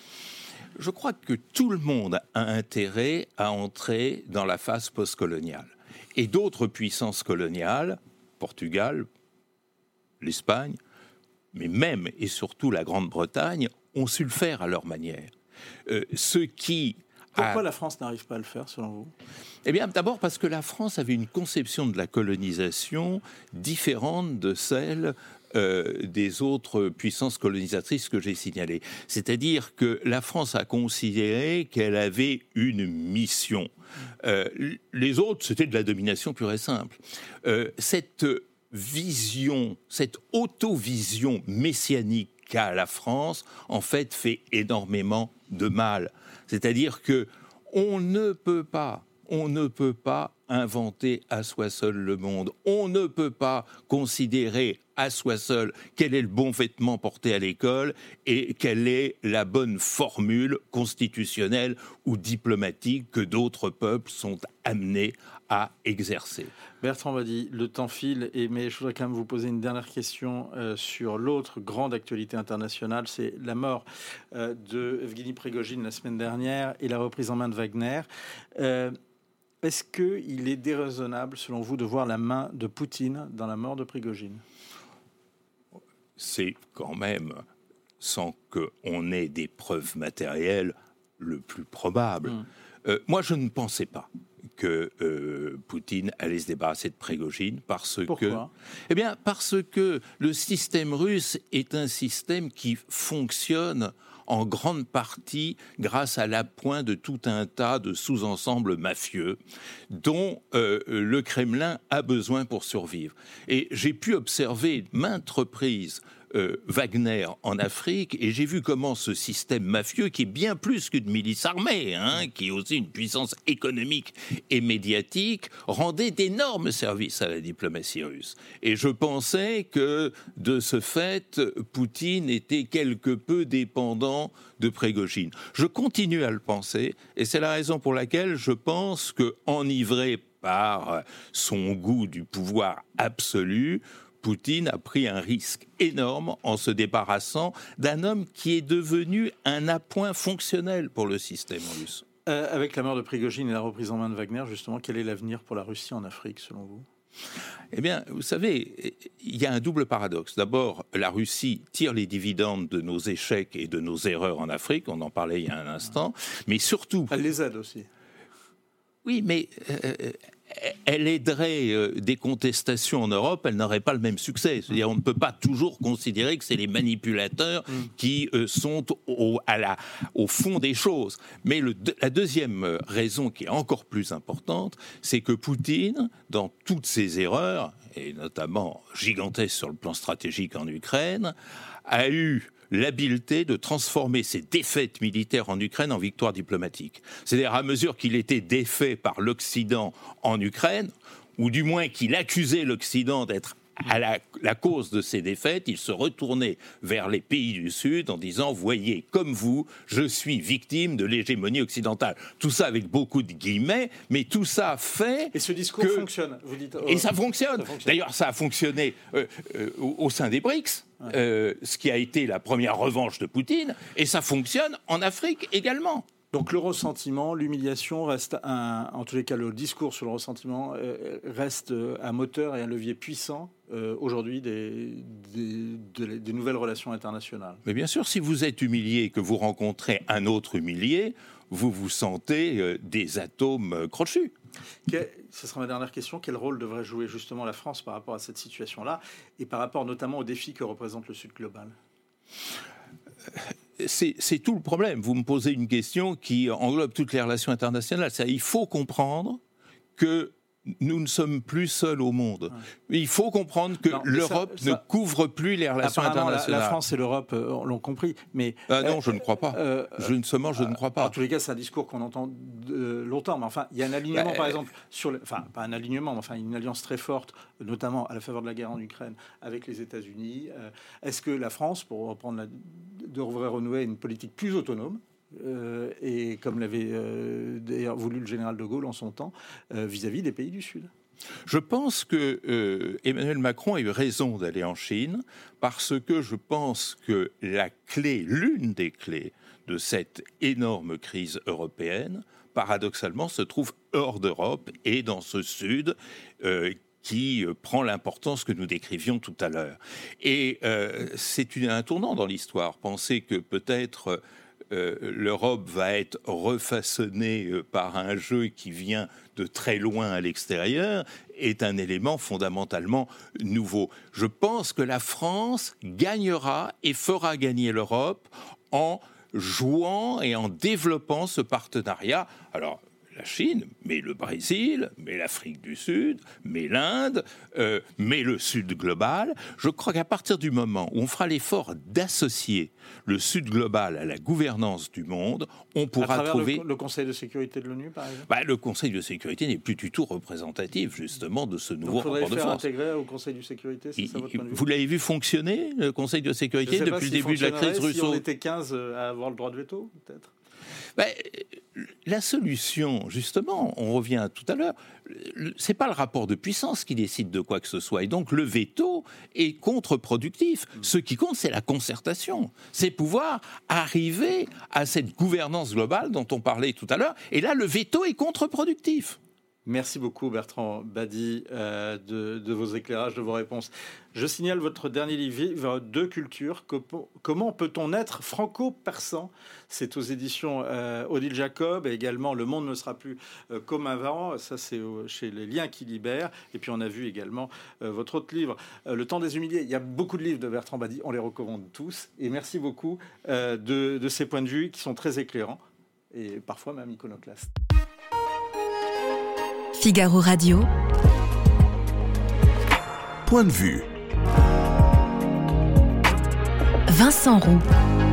Speaker 6: Je crois que tout le monde a intérêt à entrer dans la phase postcoloniale. Et d'autres puissances coloniales, Portugal, l'Espagne, mais même et surtout la Grande-Bretagne, ont su le faire à leur manière. Euh, ce qui
Speaker 3: Pourquoi
Speaker 6: a...
Speaker 3: la France n'arrive pas à le faire, selon vous ?
Speaker 6: Eh bien, d'abord parce que la France avait une conception de la colonisation différente de celle euh, des autres puissances colonisatrices que j'ai signalées. C'est-à-dire que la France a considéré qu'elle avait une mission. Euh, les autres, c'était de la domination pure et simple. Euh, cette vision, cette auto-vision messianique qu'a la France, en fait, fait énormément de mal. C'est-à-dire que on ne peut pas, on ne peut pas inventer à soi seul le monde. On ne peut pas considérer à soi seul quel est le bon vêtement porté à l'école et quelle est la bonne formule constitutionnelle ou diplomatique que d'autres peuples sont amenés à exercer.
Speaker 3: Bertrand Badi, le temps file, et, mais je voudrais quand même vous poser une dernière question euh, sur l'autre grande actualité internationale, c'est la mort euh, de Evgeny Prigojine la semaine dernière et la reprise en main de Wagner. Euh, est-ce qu'il est déraisonnable, selon vous, de voir la main de Poutine dans la mort de Prigojine ?
Speaker 6: C'est quand même, sans qu'on ait des preuves matérielles, le plus probable. Mmh. Euh, moi, je ne pensais pas que euh, Poutine allait se débarrasser de Prigojine parce
Speaker 3: Pourquoi
Speaker 6: que, eh bien, parce que le système russe est un système qui fonctionne en grande partie grâce à l'appoint de tout un tas de sous-ensembles mafieux dont euh, le Kremlin a besoin pour survivre. Et j'ai pu observer maintes reprises euh, Wagner en Afrique et j'ai vu comment ce système mafieux, qui est bien plus qu'une milice armée, hein, qui est aussi une puissance économique et médiatique, rendait d'énormes services à la diplomatie russe. Et je pensais que, de ce fait, Poutine était quelque peu dépendant de Prigojine. Je continue à le penser et c'est la raison pour laquelle je pense qu'enivré par son goût du pouvoir absolu, Poutine a pris un risque énorme en se débarrassant d'un homme qui est devenu un appoint fonctionnel pour le système russe.
Speaker 3: Euh, avec la mort de Prigojine et la reprise en main de Wagner, justement, quel est l'avenir pour la Russie en Afrique, selon vous ?
Speaker 6: Eh bien, vous savez, il y a un double paradoxe. D'abord, la Russie tire les dividendes de nos échecs et de nos erreurs en Afrique, on en parlait il y a un instant, mais surtout...
Speaker 3: Elle les aide aussi.
Speaker 6: Oui, mais euh, elle aiderait euh, des contestations en Europe, elle n'aurait pas le même succès. C'est-à-dire, on ne peut pas toujours considérer que c'est les manipulateurs mm. qui euh, sont au, à la, au fond des choses. Mais le, la deuxième raison qui est encore plus importante, c'est que Poutine, dans toutes ses erreurs, et notamment gigantesques sur le plan stratégique en Ukraine, a eu l'habileté de transformer ses défaites militaires en Ukraine en victoires diplomatiques. C'est-à-dire, à mesure qu'il était défait par l'Occident en Ukraine, ou du moins qu'il accusait l'Occident d'être à la, la cause de ces défaites, il se retournait vers les pays du Sud en disant « Voyez, comme vous, je suis victime de l'hégémonie occidentale ». Tout ça avec beaucoup de guillemets, mais tout ça fait...
Speaker 3: Et ce discours
Speaker 6: que...
Speaker 3: fonctionne, vous dites... Oh,
Speaker 6: Et ça fonctionne.
Speaker 3: ça fonctionne.
Speaker 6: D'ailleurs, ça a fonctionné euh, euh, au, au sein des BRICS, ouais. euh, ce qui a été la première revanche de Poutine, et ça fonctionne en Afrique également.
Speaker 3: Donc le ressentiment, l'humiliation reste un, en tous les cas le discours sur le ressentiment euh, reste un moteur et un levier puissant euh, aujourd'hui des, des, des, des nouvelles relations internationales.
Speaker 6: Mais bien sûr, si vous êtes humilié et que vous rencontrez un autre humilié, vous vous sentez euh, des atomes euh, crochus.
Speaker 3: Quel, ce sera ma dernière question. Quel rôle devrait jouer justement la France par rapport à cette situation-là et par rapport notamment aux défis que représente le Sud global ?
Speaker 6: C'est, c'est tout le problème. Vous me posez une question qui englobe toutes les relations internationales. C'est, il faut comprendre que nous ne sommes plus seuls au monde. Ouais. Il faut comprendre que non, l'Europe ça, ça, ne couvre plus les relations internationales.
Speaker 3: La, la France et l'Europe euh, l'ont compris, mais...
Speaker 6: Ah non, euh, je ne crois pas. Euh, Justement, je euh, ne crois pas.
Speaker 3: En tous les cas, c'est un discours qu'on entend de, longtemps, mais enfin, il y a un alignement, bah, par exemple, sur... Le, enfin, pas un alignement, mais enfin, une alliance très forte, notamment à la faveur de la guerre en Ukraine, avec les États-Unis. Euh, est-ce que la France, pour reprendre la... devrait renouer une politique plus autonome, Euh, et comme l'avait euh, d'ailleurs voulu le général de Gaulle en son temps, euh, vis-à-vis des pays du Sud.
Speaker 6: Je pense que euh, Emmanuel Macron a eu raison d'aller en Chine, parce que je pense que la clé, l'une des clés de cette énorme crise européenne, paradoxalement, se trouve hors d'Europe et dans ce Sud euh, qui euh, prend l'importance que nous décrivions tout à l'heure. Et euh, c'est une, un tournant dans l'histoire. Penser que peut-être... Euh, l'Europe va être refaçonnée euh, par un jeu qui vient de très loin à l'extérieur est un élément fondamentalement nouveau. Je pense que la France gagnera et fera gagner l'Europe en jouant et en développant ce partenariat. Alors, la Chine, mais le Brésil, mais l'Afrique du Sud, mais l'Inde, euh, mais le Sud global. Je crois qu'à partir du moment où on fera l'effort d'associer le Sud global à la gouvernance du monde, on pourra
Speaker 3: à travers
Speaker 6: trouver...
Speaker 3: Le, le Conseil de sécurité de l'ONU, par exemple
Speaker 6: bah, Le Conseil de sécurité n'est plus du tout représentatif, justement, de ce nouveau rapport de force.
Speaker 3: Il faudrait faire intégrer au Conseil de sécurité, c'est
Speaker 6: Il,
Speaker 3: ça votre point de vue ?
Speaker 6: Vous l'avez vu fonctionner, le Conseil de sécurité, depuis le début de la crise russo ?
Speaker 3: Si on était quinze à avoir le droit de veto, peut-être ?
Speaker 6: Ben, la solution, justement, on revient tout à l'heure, c'est pas le rapport de puissance qui décide de quoi que ce soit. Et donc, le veto est contre-productif. Ce qui compte, c'est la concertation. C'est pouvoir arriver à cette gouvernance globale dont on parlait tout à l'heure. Et là, le veto est contre-productif.
Speaker 3: Merci beaucoup Bertrand Badi euh, de, de vos éclairages, de vos réponses. Je signale votre dernier livre, Deux cultures, comment peut-on être franco-persan ? C'est aux éditions euh, Odile Jacob et également Le monde ne sera plus euh, comme avant, ça c'est euh, chez Les Liens qui libèrent. Et puis on a vu également euh, votre autre livre, euh, Le temps des humiliés. Il y a beaucoup de livres de Bertrand Badi, on les recommande tous. Et merci beaucoup euh, de, de ces points de vue qui sont très éclairants et parfois même iconoclastes.
Speaker 1: Figaro Radio.
Speaker 7: Point de vue.
Speaker 1: Vincent Roux.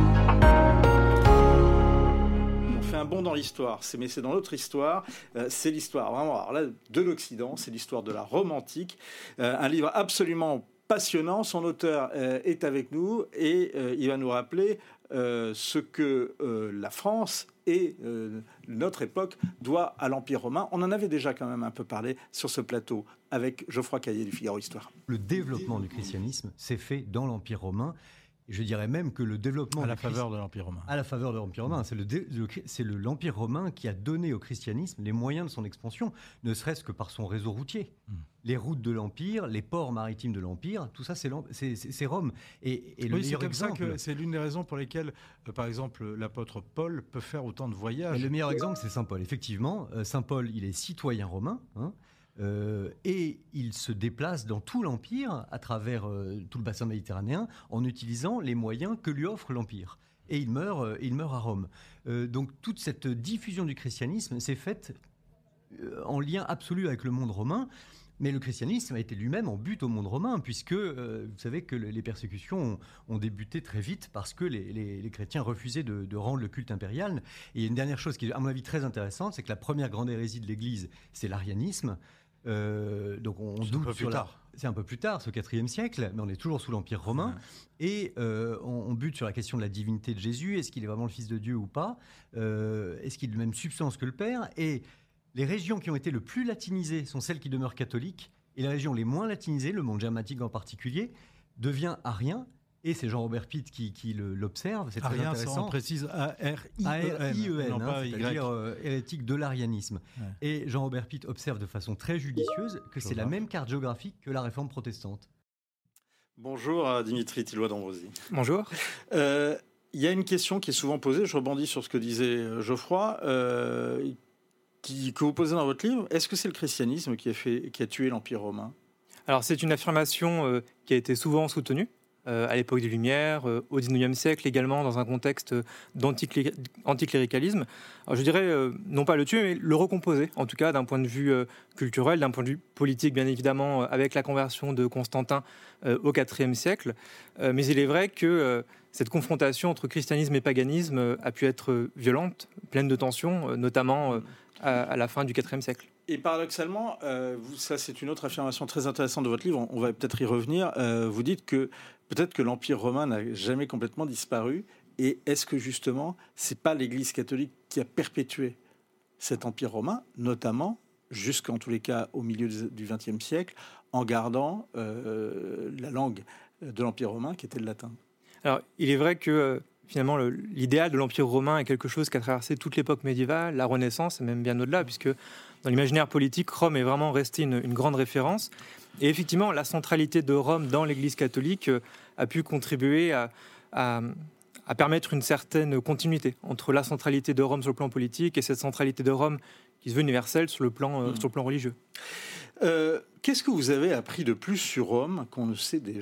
Speaker 3: On fait un bond dans l'histoire, c'est, mais c'est dans notre histoire. Euh, c'est l'histoire vraiment alors là, de l'Occident, c'est l'histoire de la Rome antique. Euh, un livre absolument passionnant. Son auteur euh, est avec nous et euh, il va nous rappeler euh, ce que euh, la France et euh, notre époque doit à l'Empire romain. On en avait déjà quand même un peu parlé sur ce plateau avec Geoffroy Caillé du Figaro Histoire.
Speaker 7: Le développement du christianisme s'est fait dans l'Empire romain. Je dirais même que le développement...
Speaker 8: À la
Speaker 7: du Christ...
Speaker 8: faveur de l'Empire romain.
Speaker 7: À la faveur de l'Empire romain. C'est, le dé... c'est le... l'Empire romain qui a donné au christianisme les moyens de son expansion, ne serait-ce que par son réseau routier. Mm. Les routes de l'Empire, les ports maritimes de l'Empire, tout ça, c'est, c'est... c'est Rome. Et, et le
Speaker 8: oui,
Speaker 7: meilleur
Speaker 8: c'est comme
Speaker 7: exemple...
Speaker 8: ça que c'est l'une des raisons pour lesquelles, euh, par exemple, l'apôtre Paul peut faire autant de voyages.
Speaker 7: Mais le meilleur exemple, c'est Saint Paul. Effectivement, euh, Saint Paul, il est citoyen romain, hein, Euh, et il se déplace dans tout l'Empire, à travers euh, tout le bassin méditerranéen, en utilisant les moyens que lui offre l'Empire. Et il meurt, euh, il meurt à Rome. Euh, donc toute cette diffusion du christianisme s'est faite euh, en lien absolu avec le monde romain. Mais le christianisme a été lui-même en but au monde romain, puisque euh, vous savez que les persécutions ont, ont débuté très vite parce que les, les, les chrétiens refusaient de, de rendre le culte impérial. Et il y a une dernière chose qui est, à mon avis, très intéressante, c'est que la première grande hérésie de l'Église, c'est l'arianisme. Euh, donc on, on doute sur la... C'est un peu plus tard, ce quatrième siècle, mais on est toujours sous l'Empire romain. Ouais. Et euh, on, on bute sur la question de la divinité de Jésus. Est-ce qu'il est vraiment le Fils de Dieu ou pas euh, Est-ce qu'il a la même substance que le Père? Et les régions qui ont été le plus latinisées sont celles qui demeurent catholiques. Et les régions les moins latinisées, le monde germanique en particulier, devient arien. Et c'est Jean-Robert Pitt qui, qui le, l'observe, c'est très
Speaker 8: Arien,
Speaker 7: intéressant.
Speaker 8: On précise A R I E N,
Speaker 7: non pas c'est-à-dire euh, hérétique de l'arianisme. Ouais. Et Jean-Robert Pitt observe de façon très judicieuse que c'est la même carte géographique que la réforme protestante.
Speaker 3: Bonjour à Dimitri Tilloy-d'Ambrosi.
Speaker 9: Bonjour.
Speaker 3: Euh, il y a une question qui est souvent posée, je rebondis sur ce que disait Geoffroy, euh, qui, que vous posez dans votre livre. Est-ce que c'est le christianisme qui a, fait, qui a tué l'Empire romain ?
Speaker 9: Alors c'est une affirmation euh, qui a été souvent soutenue. Euh, à l'époque des Lumières, euh, au dix-neuvième siècle également, dans un contexte d'anticléricalisme. Alors, je dirais, euh, non pas le tuer, mais le recomposer, en tout cas d'un point de vue euh, culturel, d'un point de vue politique, bien évidemment, euh, avec la conversion de Constantin euh, au quatrième siècle. Euh, mais il est vrai que euh, cette confrontation entre christianisme et paganisme euh, a pu être violente, pleine de tensions, euh, notamment euh, à, à la fin du quatrième siècle.
Speaker 3: Et paradoxalement, euh, vous, ça c'est une autre affirmation très intéressante de votre livre, on, on va peut-être y revenir, euh, vous dites que peut-être que l'Empire romain n'a jamais complètement disparu, et est-ce que justement, c'est pas l'Église catholique qui a perpétué cet Empire romain, notamment, jusqu'en tous les cas au milieu du vingtième siècle, en gardant euh, la langue de l'Empire romain qui était le latin?
Speaker 9: Alors, il est vrai que euh, finalement, le, l'idéal de l'Empire romain est quelque chose qui a traversé toute l'époque médiévale, la Renaissance, et même bien au-delà, puisque dans l'imaginaire politique, Rome est vraiment restée une, une grande référence. Et effectivement, la centralité de Rome dans l'Église catholique euh, a pu contribuer à, à, à permettre une certaine continuité entre la centralité de Rome sur le plan politique et cette centralité de Rome qui se veut universelle sur le plan, euh, mmh. sur le plan religieux.
Speaker 3: Euh, qu'est-ce que vous avez appris de plus sur Rome qu'on ne sait déjà ?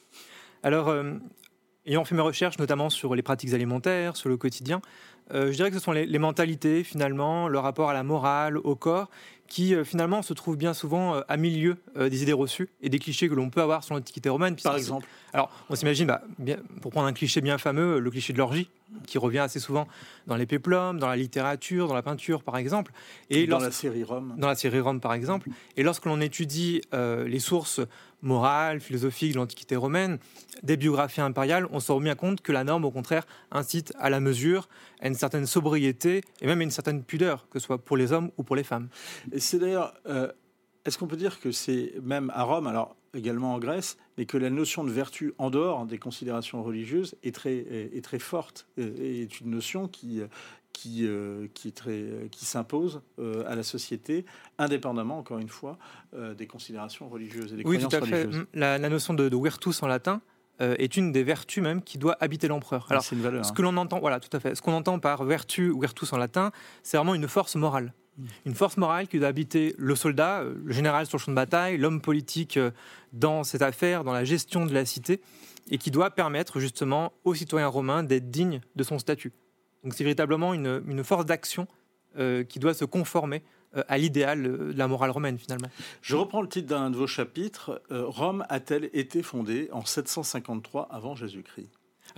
Speaker 9: Alors, euh, ayant fait mes recherches, notamment sur les pratiques alimentaires, sur le quotidien, euh, je dirais que ce sont les, les mentalités, finalement, le rapport à la morale, au corps, qui, euh, finalement, se trouvent bien souvent euh, à milieu euh, des idées reçues et des clichés que l'on peut avoir sur l'Antiquité romaine.
Speaker 3: Par exemple ?
Speaker 9: Alors, on s'imagine, bah, bien, pour prendre un cliché bien fameux, le cliché de l'orgie, qui revient assez souvent dans les péplums, dans la littérature, dans la peinture, par exemple.
Speaker 3: Et dans la série Rome.
Speaker 9: Dans la série Rome, par exemple. Et lorsque l'on étudie euh, les sources morales, philosophiques de l'Antiquité romaine, des biographies impériales, on se rend bien compte que la norme, au contraire, incite à la mesure, à une certaine sobriété et même à une certaine pudeur, que ce soit pour les hommes ou pour les femmes.
Speaker 3: Et c'est d'ailleurs... Euh, est-ce qu'on peut dire que c'est même à Rome, alors également en Grèce, mais que la notion de vertu en dehors des considérations religieuses est très, est, est très forte, et est une notion qui... Qui, euh, qui, est très, qui s'impose euh, à la société, indépendamment, encore une fois, euh, des considérations religieuses et des
Speaker 9: oui,
Speaker 3: croyances
Speaker 9: tout à fait.
Speaker 3: religieuses.
Speaker 9: La, la notion de, de virtus en latin euh, est une des vertus même qui doit habiter l'empereur. Alors,
Speaker 3: c'est une valeur,
Speaker 9: ce
Speaker 3: hein.
Speaker 9: que l'on entend, voilà, tout à fait. Ce qu'on entend par vertu ou virtus en latin, c'est vraiment une force morale. Mmh. Une force morale qui doit habiter le soldat, le général sur le champ de bataille, l'homme politique dans cette affaire, dans la gestion de la cité, et qui doit permettre justement aux citoyens romains d'être dignes de son statut. Donc c'est véritablement une, une force d'action euh, qui doit se conformer euh, à l'idéal de la morale romaine, finalement.
Speaker 3: Je reprends le titre d'un de vos chapitres. Euh, Rome a-t-elle été fondée en sept cent cinquante-trois avant Jésus-Christ ?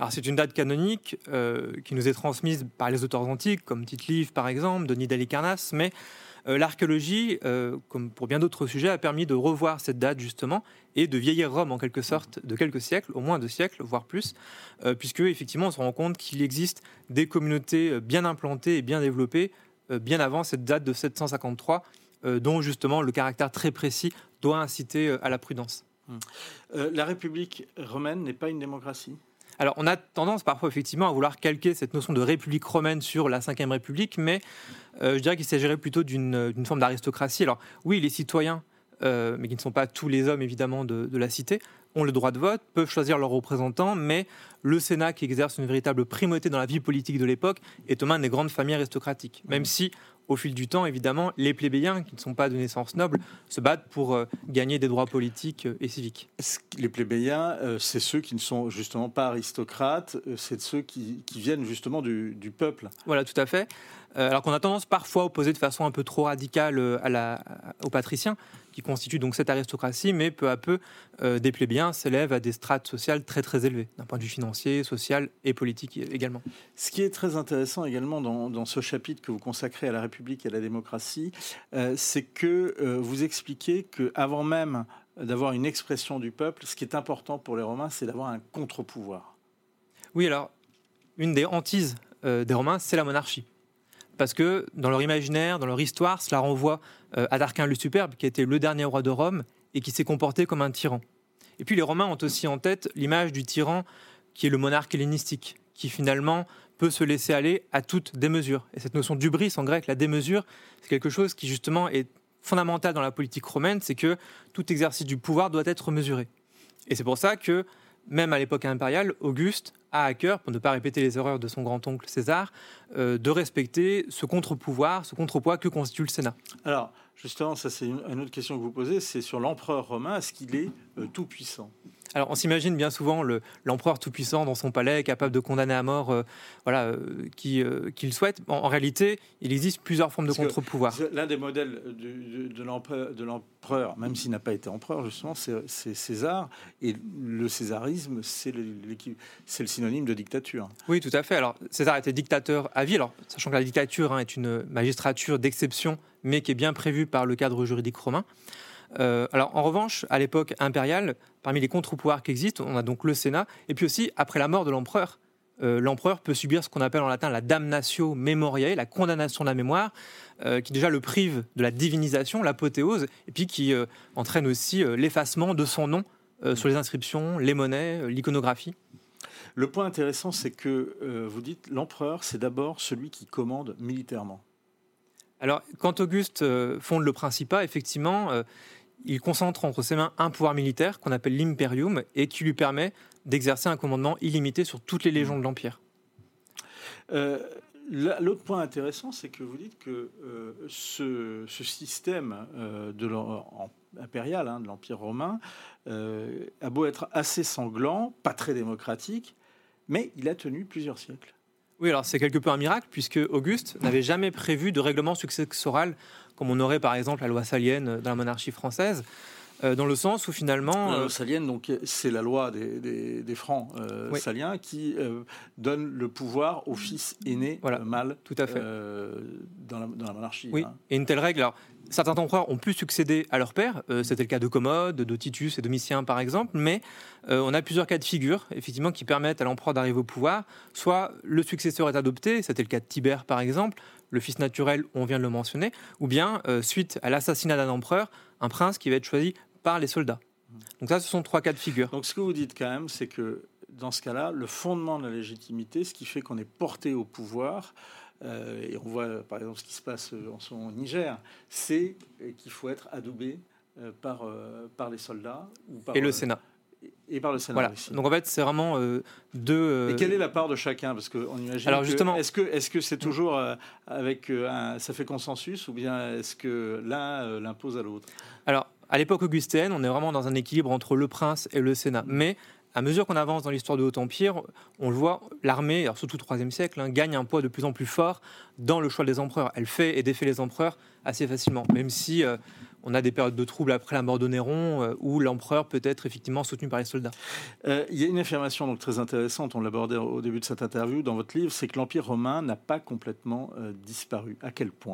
Speaker 9: Alors c'est une date canonique euh, qui nous est transmise par les auteurs antiques, comme Tite-Live par exemple, Denis d'Halicarnasse, mais euh, l'archéologie, euh, comme pour bien d'autres sujets, a permis de revoir cette date justement et de vieillir Rome en quelque sorte de quelques siècles, au moins deux siècles, voire plus, euh, puisque effectivement on se rend compte qu'il existe des communautés bien implantées et bien développées euh, bien avant cette date de sept cent cinquante-trois, euh, dont justement le caractère très précis doit inciter euh, à la prudence.
Speaker 3: Euh, la République romaine n'est pas une démocratie ?
Speaker 9: Alors, on a tendance parfois effectivement à vouloir calquer cette notion de République romaine sur la cinquième République, mais euh, je dirais qu'il s'agirait plutôt d'une, d'une forme d'aristocratie. Alors, oui, les citoyens, euh, mais qui ne sont pas tous les hommes évidemment de, de la cité, ont le droit de vote, peuvent choisir leurs représentants, mais le Sénat, qui exerce une véritable primauté dans la vie politique de l'époque, est aux mains des grandes familles aristocratiques. Même si, au fil du temps, évidemment, les plébéiens, qui ne sont pas de naissance noble, se battent pour euh, gagner des droits politiques euh, et civiques.
Speaker 3: Les plébéiens, euh, c'est ceux qui ne sont justement pas aristocrates, euh, c'est ceux qui, qui viennent justement du, du peuple.
Speaker 9: Voilà, tout à fait. Euh, alors qu'on a tendance parfois à opposer de façon un peu trop radicale euh, à la, aux patriciens, qui constituent donc cette aristocratie, mais peu à peu, euh, des plébéiens s'élèvent à des strates sociales très très élevées, d'un point de vue financier, social et politique également.
Speaker 3: Ce qui est très intéressant également dans, dans ce chapitre que vous consacrez à la République et à la démocratie, euh, c'est que euh, vous expliquez qu'avant même d'avoir une expression du peuple, ce qui est important pour les Romains, c'est d'avoir un contre-pouvoir.
Speaker 9: Oui, alors, une des hantises euh, des Romains, c'est la monarchie. Parce que dans leur imaginaire, dans leur histoire, cela renvoie euh, à Tarquin le Superbe, qui a été le dernier roi de Rome et qui s'est comporté comme un tyran. Et puis les Romains ont aussi en tête l'image du tyran qui est le monarque hellénistique, qui finalement peut se laisser aller à toute démesure. Et cette notion d'hubris en grec, la démesure, c'est quelque chose qui justement est fondamental dans la politique romaine, c'est que tout exercice du pouvoir doit être mesuré. Et c'est pour ça que même à l'époque impériale, Auguste a à cœur, pour ne pas répéter les erreurs de son grand-oncle César, euh, de respecter ce contre-pouvoir, ce contrepoids que constitue le Sénat.
Speaker 3: Alors, justement, ça c'est une, une autre question que vous posez, c'est sur l'empereur romain, est-ce qu'il est euh, tout-puissant ?
Speaker 9: Alors, on s'imagine bien souvent le, l'empereur tout-puissant dans son palais, capable de condamner à mort euh, voilà, euh, qui, euh, qui le souhaite. En, en réalité, il existe plusieurs formes de
Speaker 3: Parce
Speaker 9: contre-pouvoir.
Speaker 3: L'un des modèles de, de, de, l'empereur, de l'empereur, même s'il n'a pas été empereur, justement, c'est, c'est César. Et le césarisme, c'est le, c'est le synonyme de dictature.
Speaker 9: Oui, tout à fait. Alors, César était dictateur à vie. Alors, sachant que la dictature hein, est une magistrature d'exception, mais qui est bien prévue par le cadre juridique romain. Euh, alors, en revanche, à l'époque impériale, parmi les contre-pouvoirs qui existent, on a donc le Sénat, et puis aussi, après la mort de l'empereur, euh, l'empereur peut subir ce qu'on appelle en latin la damnatio memoriae, la condamnation de la mémoire, euh, qui déjà le prive de la divinisation, l'apothéose, et puis qui euh, entraîne aussi euh, l'effacement de son nom euh, sur les inscriptions, les monnaies, euh, l'iconographie.
Speaker 3: Le point intéressant, c'est que euh, vous dites l'empereur, c'est d'abord celui qui commande militairement.
Speaker 9: Alors, quand Auguste euh, fonde le Principat, effectivement, euh, il concentre entre ses mains un pouvoir militaire qu'on appelle l'imperium et qui lui permet d'exercer un commandement illimité sur toutes les légions de l'Empire.
Speaker 3: Euh, l'autre point intéressant, c'est que vous dites que euh, ce, ce système euh, de impérial, hein, de l'Empire romain, euh, a beau être assez sanglant, pas très démocratique, mais il a tenu plusieurs siècles.
Speaker 9: Oui, alors c'est quelque peu un miracle, puisque Auguste n'avait jamais prévu de règlement successoral, comme on aurait par exemple la loi salienne dans la monarchie française, euh, dans le sens où finalement...
Speaker 3: La loi salienne, donc, c'est la loi des, des, des francs euh, oui. saliens qui euh, donne le pouvoir au fils aîné voilà, euh, mâle
Speaker 9: tout à fait.
Speaker 3: Euh, dans, la, dans la monarchie.
Speaker 9: Oui, hein. Et une telle règle... Alors, certains empereurs ont pu succéder à leur père, euh, c'était le cas de Commode, de Titus et Domitien par exemple, mais euh, on a plusieurs cas de figure, effectivement, qui permettent à l'empereur d'arriver au pouvoir. Soit le successeur est adopté, c'était le cas de Tibère par exemple, le fils naturel, on vient de le mentionner, ou bien, euh, suite à l'assassinat d'un empereur, un prince qui va être choisi par les soldats. Donc ça, ce sont trois cas de figure.
Speaker 3: Donc ce que vous dites quand même, c'est que dans ce cas-là, le fondement de la légitimité, ce qui fait qu'on est porté au pouvoir, Euh, et on voit par exemple ce qui se passe en son Niger, c'est qu'il faut être adoubé euh, par, euh, par les soldats ou par,
Speaker 9: et le
Speaker 3: euh,
Speaker 9: Sénat.
Speaker 3: Et par le Sénat
Speaker 9: voilà.
Speaker 3: aussi.
Speaker 9: Donc en fait, c'est vraiment euh, deux. Euh...
Speaker 3: Et quelle est la part de chacun ? Parce qu'on imagine.
Speaker 9: Alors
Speaker 3: que,
Speaker 9: justement,
Speaker 3: est-ce que est-ce que c'est toujours euh, avec euh, un, ça fait consensus ou bien est-ce que l'un euh, l'impose à l'autre ?
Speaker 9: Alors à l'époque augustéenne, on est vraiment dans un équilibre entre le prince et le Sénat, mais à mesure qu'on avance dans l'histoire du Haut-Empire, on le voit, l'armée, alors surtout au troisième siècle, hein, gagne un poids de plus en plus fort dans le choix des empereurs. Elle fait et défait les empereurs assez facilement, même si euh, on a des périodes de troubles après la mort de Néron, euh, où l'empereur peut être effectivement soutenu par les soldats.
Speaker 3: Euh, il y a une affirmation donc très intéressante, on l'abordait au début de cette interview dans votre livre, c'est que l'Empire romain n'a pas complètement euh, disparu. À quel point ?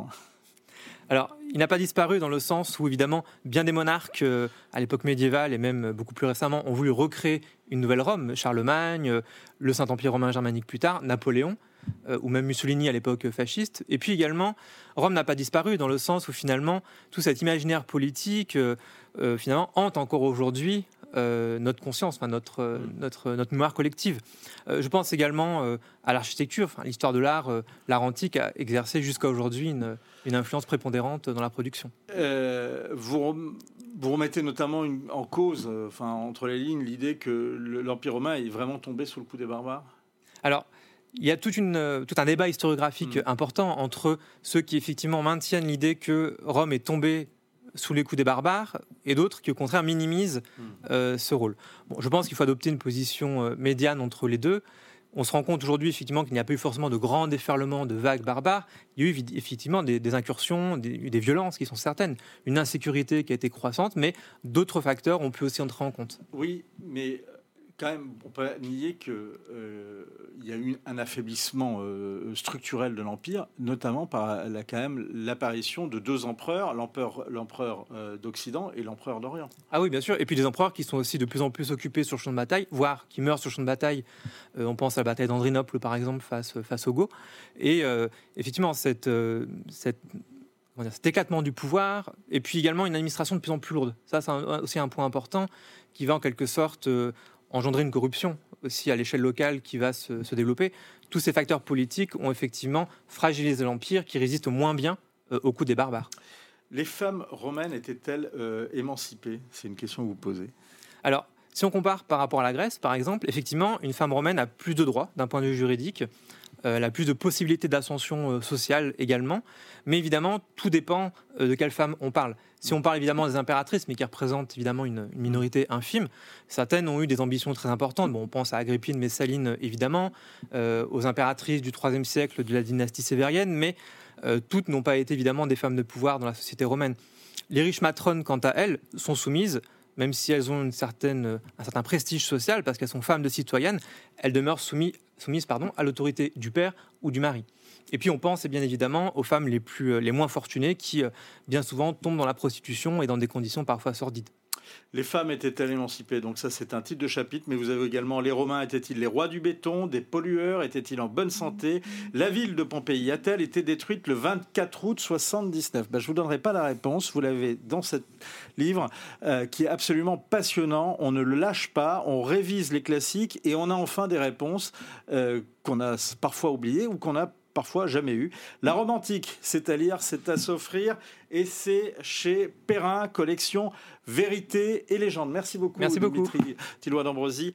Speaker 9: Alors, il n'a pas disparu dans le sens où, évidemment, bien des monarques, euh, à l'époque médiévale et même beaucoup plus récemment, ont voulu recréer une nouvelle Rome. Charlemagne, euh, le Saint-Empire romain germanique plus tard, Napoléon, euh, ou même Mussolini à l'époque fasciste. Et puis également, Rome n'a pas disparu dans le sens où, finalement, tout cet imaginaire politique, euh, euh, finalement, hante encore aujourd'hui Euh, notre conscience, enfin, notre, euh, notre, notre mémoire collective. Euh, je pense également euh, à l'architecture, enfin, l'histoire de l'art, euh, l'art antique a exercé jusqu'à aujourd'hui une, une influence prépondérante dans la production.
Speaker 3: Euh, vous, vous remettez notamment une, en cause, euh, enfin, entre les lignes, l'idée que le, l'Empire romain est vraiment tombé sous le coup des barbares ?
Speaker 9: Alors, il y a toute une, tout un débat historiographique mmh. important entre ceux qui effectivement maintiennent l'idée que Rome est tombée sous les coups des barbares, et d'autres qui, au contraire, minimisent euh, ce rôle. Bon, je pense qu'il faut adopter une position euh, médiane entre les deux. On se rend compte aujourd'hui, effectivement, qu'il n'y a pas eu forcément de grands déferlements de vagues barbares. Il y a eu, effectivement, des, des incursions, des, des violences qui sont certaines, une insécurité qui a été croissante, mais d'autres facteurs ont pu aussi entrer en compte.
Speaker 3: Oui, mais quand même, on peut nier qu'il euh, y a eu un affaiblissement euh, structurel de l'Empire, notamment par la, quand même, l'apparition de deux empereurs, l'empereur, l'empereur euh, d'Occident et l'empereur d'Orient.
Speaker 9: Ah oui, bien sûr. Et puis des empereurs qui sont aussi de plus en plus occupés sur le champ de bataille, voire qui meurent sur le champ de bataille. Euh, on pense à la bataille d'Andrinople, par exemple, face, face aux Goths. Et euh, effectivement, cette... Euh, cette Dire, cet éclatement du pouvoir, et puis également une administration de plus en plus lourde. Ça, c'est un, aussi un point important qui va en quelque sorte euh, engendrer une corruption aussi à l'échelle locale qui va se, se développer. Tous ces facteurs politiques ont effectivement fragilisé l'Empire qui résiste moins bien euh, au coup des barbares.
Speaker 3: Les femmes romaines étaient-elles euh, émancipées ? C'est une question que vous posez.
Speaker 9: Alors, si on compare par rapport à la Grèce, par exemple, effectivement, une femme romaine a plus de droits d'un point de vue juridique. Euh, elle a plus de possibilités d'ascension euh, sociale également. Mais évidemment, tout dépend euh, de quelle femme on parle. Si on parle évidemment des impératrices, mais qui représentent évidemment une, une minorité infime, certaines ont eu des ambitions très importantes. Bon, on pense à Agrippine, Messaline, évidemment, euh, aux impératrices du troisième siècle de la dynastie sévérienne, mais euh, toutes n'ont pas été évidemment des femmes de pouvoir dans la société romaine. Les riches matrones, quant à elles, sont soumises, même si elles ont une certaine, un certain prestige social, parce qu'elles sont femmes de citoyennes, elles demeurent soumises, soumises pardon, à l'autorité du père ou du mari. Et puis on pense bien évidemment aux femmes les, plus, les moins fortunées qui, bien souvent, tombent dans la prostitution et dans des conditions parfois sordides.
Speaker 3: Les femmes étaient-elles émancipées ? Donc ça, c'est un titre de chapitre, mais vous avez également les Romains étaient-ils les rois du béton, des pollueurs, étaient-ils en bonne santé ? La ville de Pompéi a-t-elle été détruite le vingt-quatre août soixante-dix-neuf ? Ben, je ne vous donnerai pas la réponse, vous l'avez dans ce livre euh, qui est absolument passionnant. On ne le lâche pas, on révise les classiques et on a enfin des réponses euh, qu'on a parfois oubliées ou qu'on a parfois jamais eu. La Rome antique, c'est à lire, c'est à s'offrir, et c'est chez Perrin, collection Vérité et Légende. Merci beaucoup,
Speaker 9: Merci beaucoup.
Speaker 3: Dimitri Tilloy d'Ambrosi.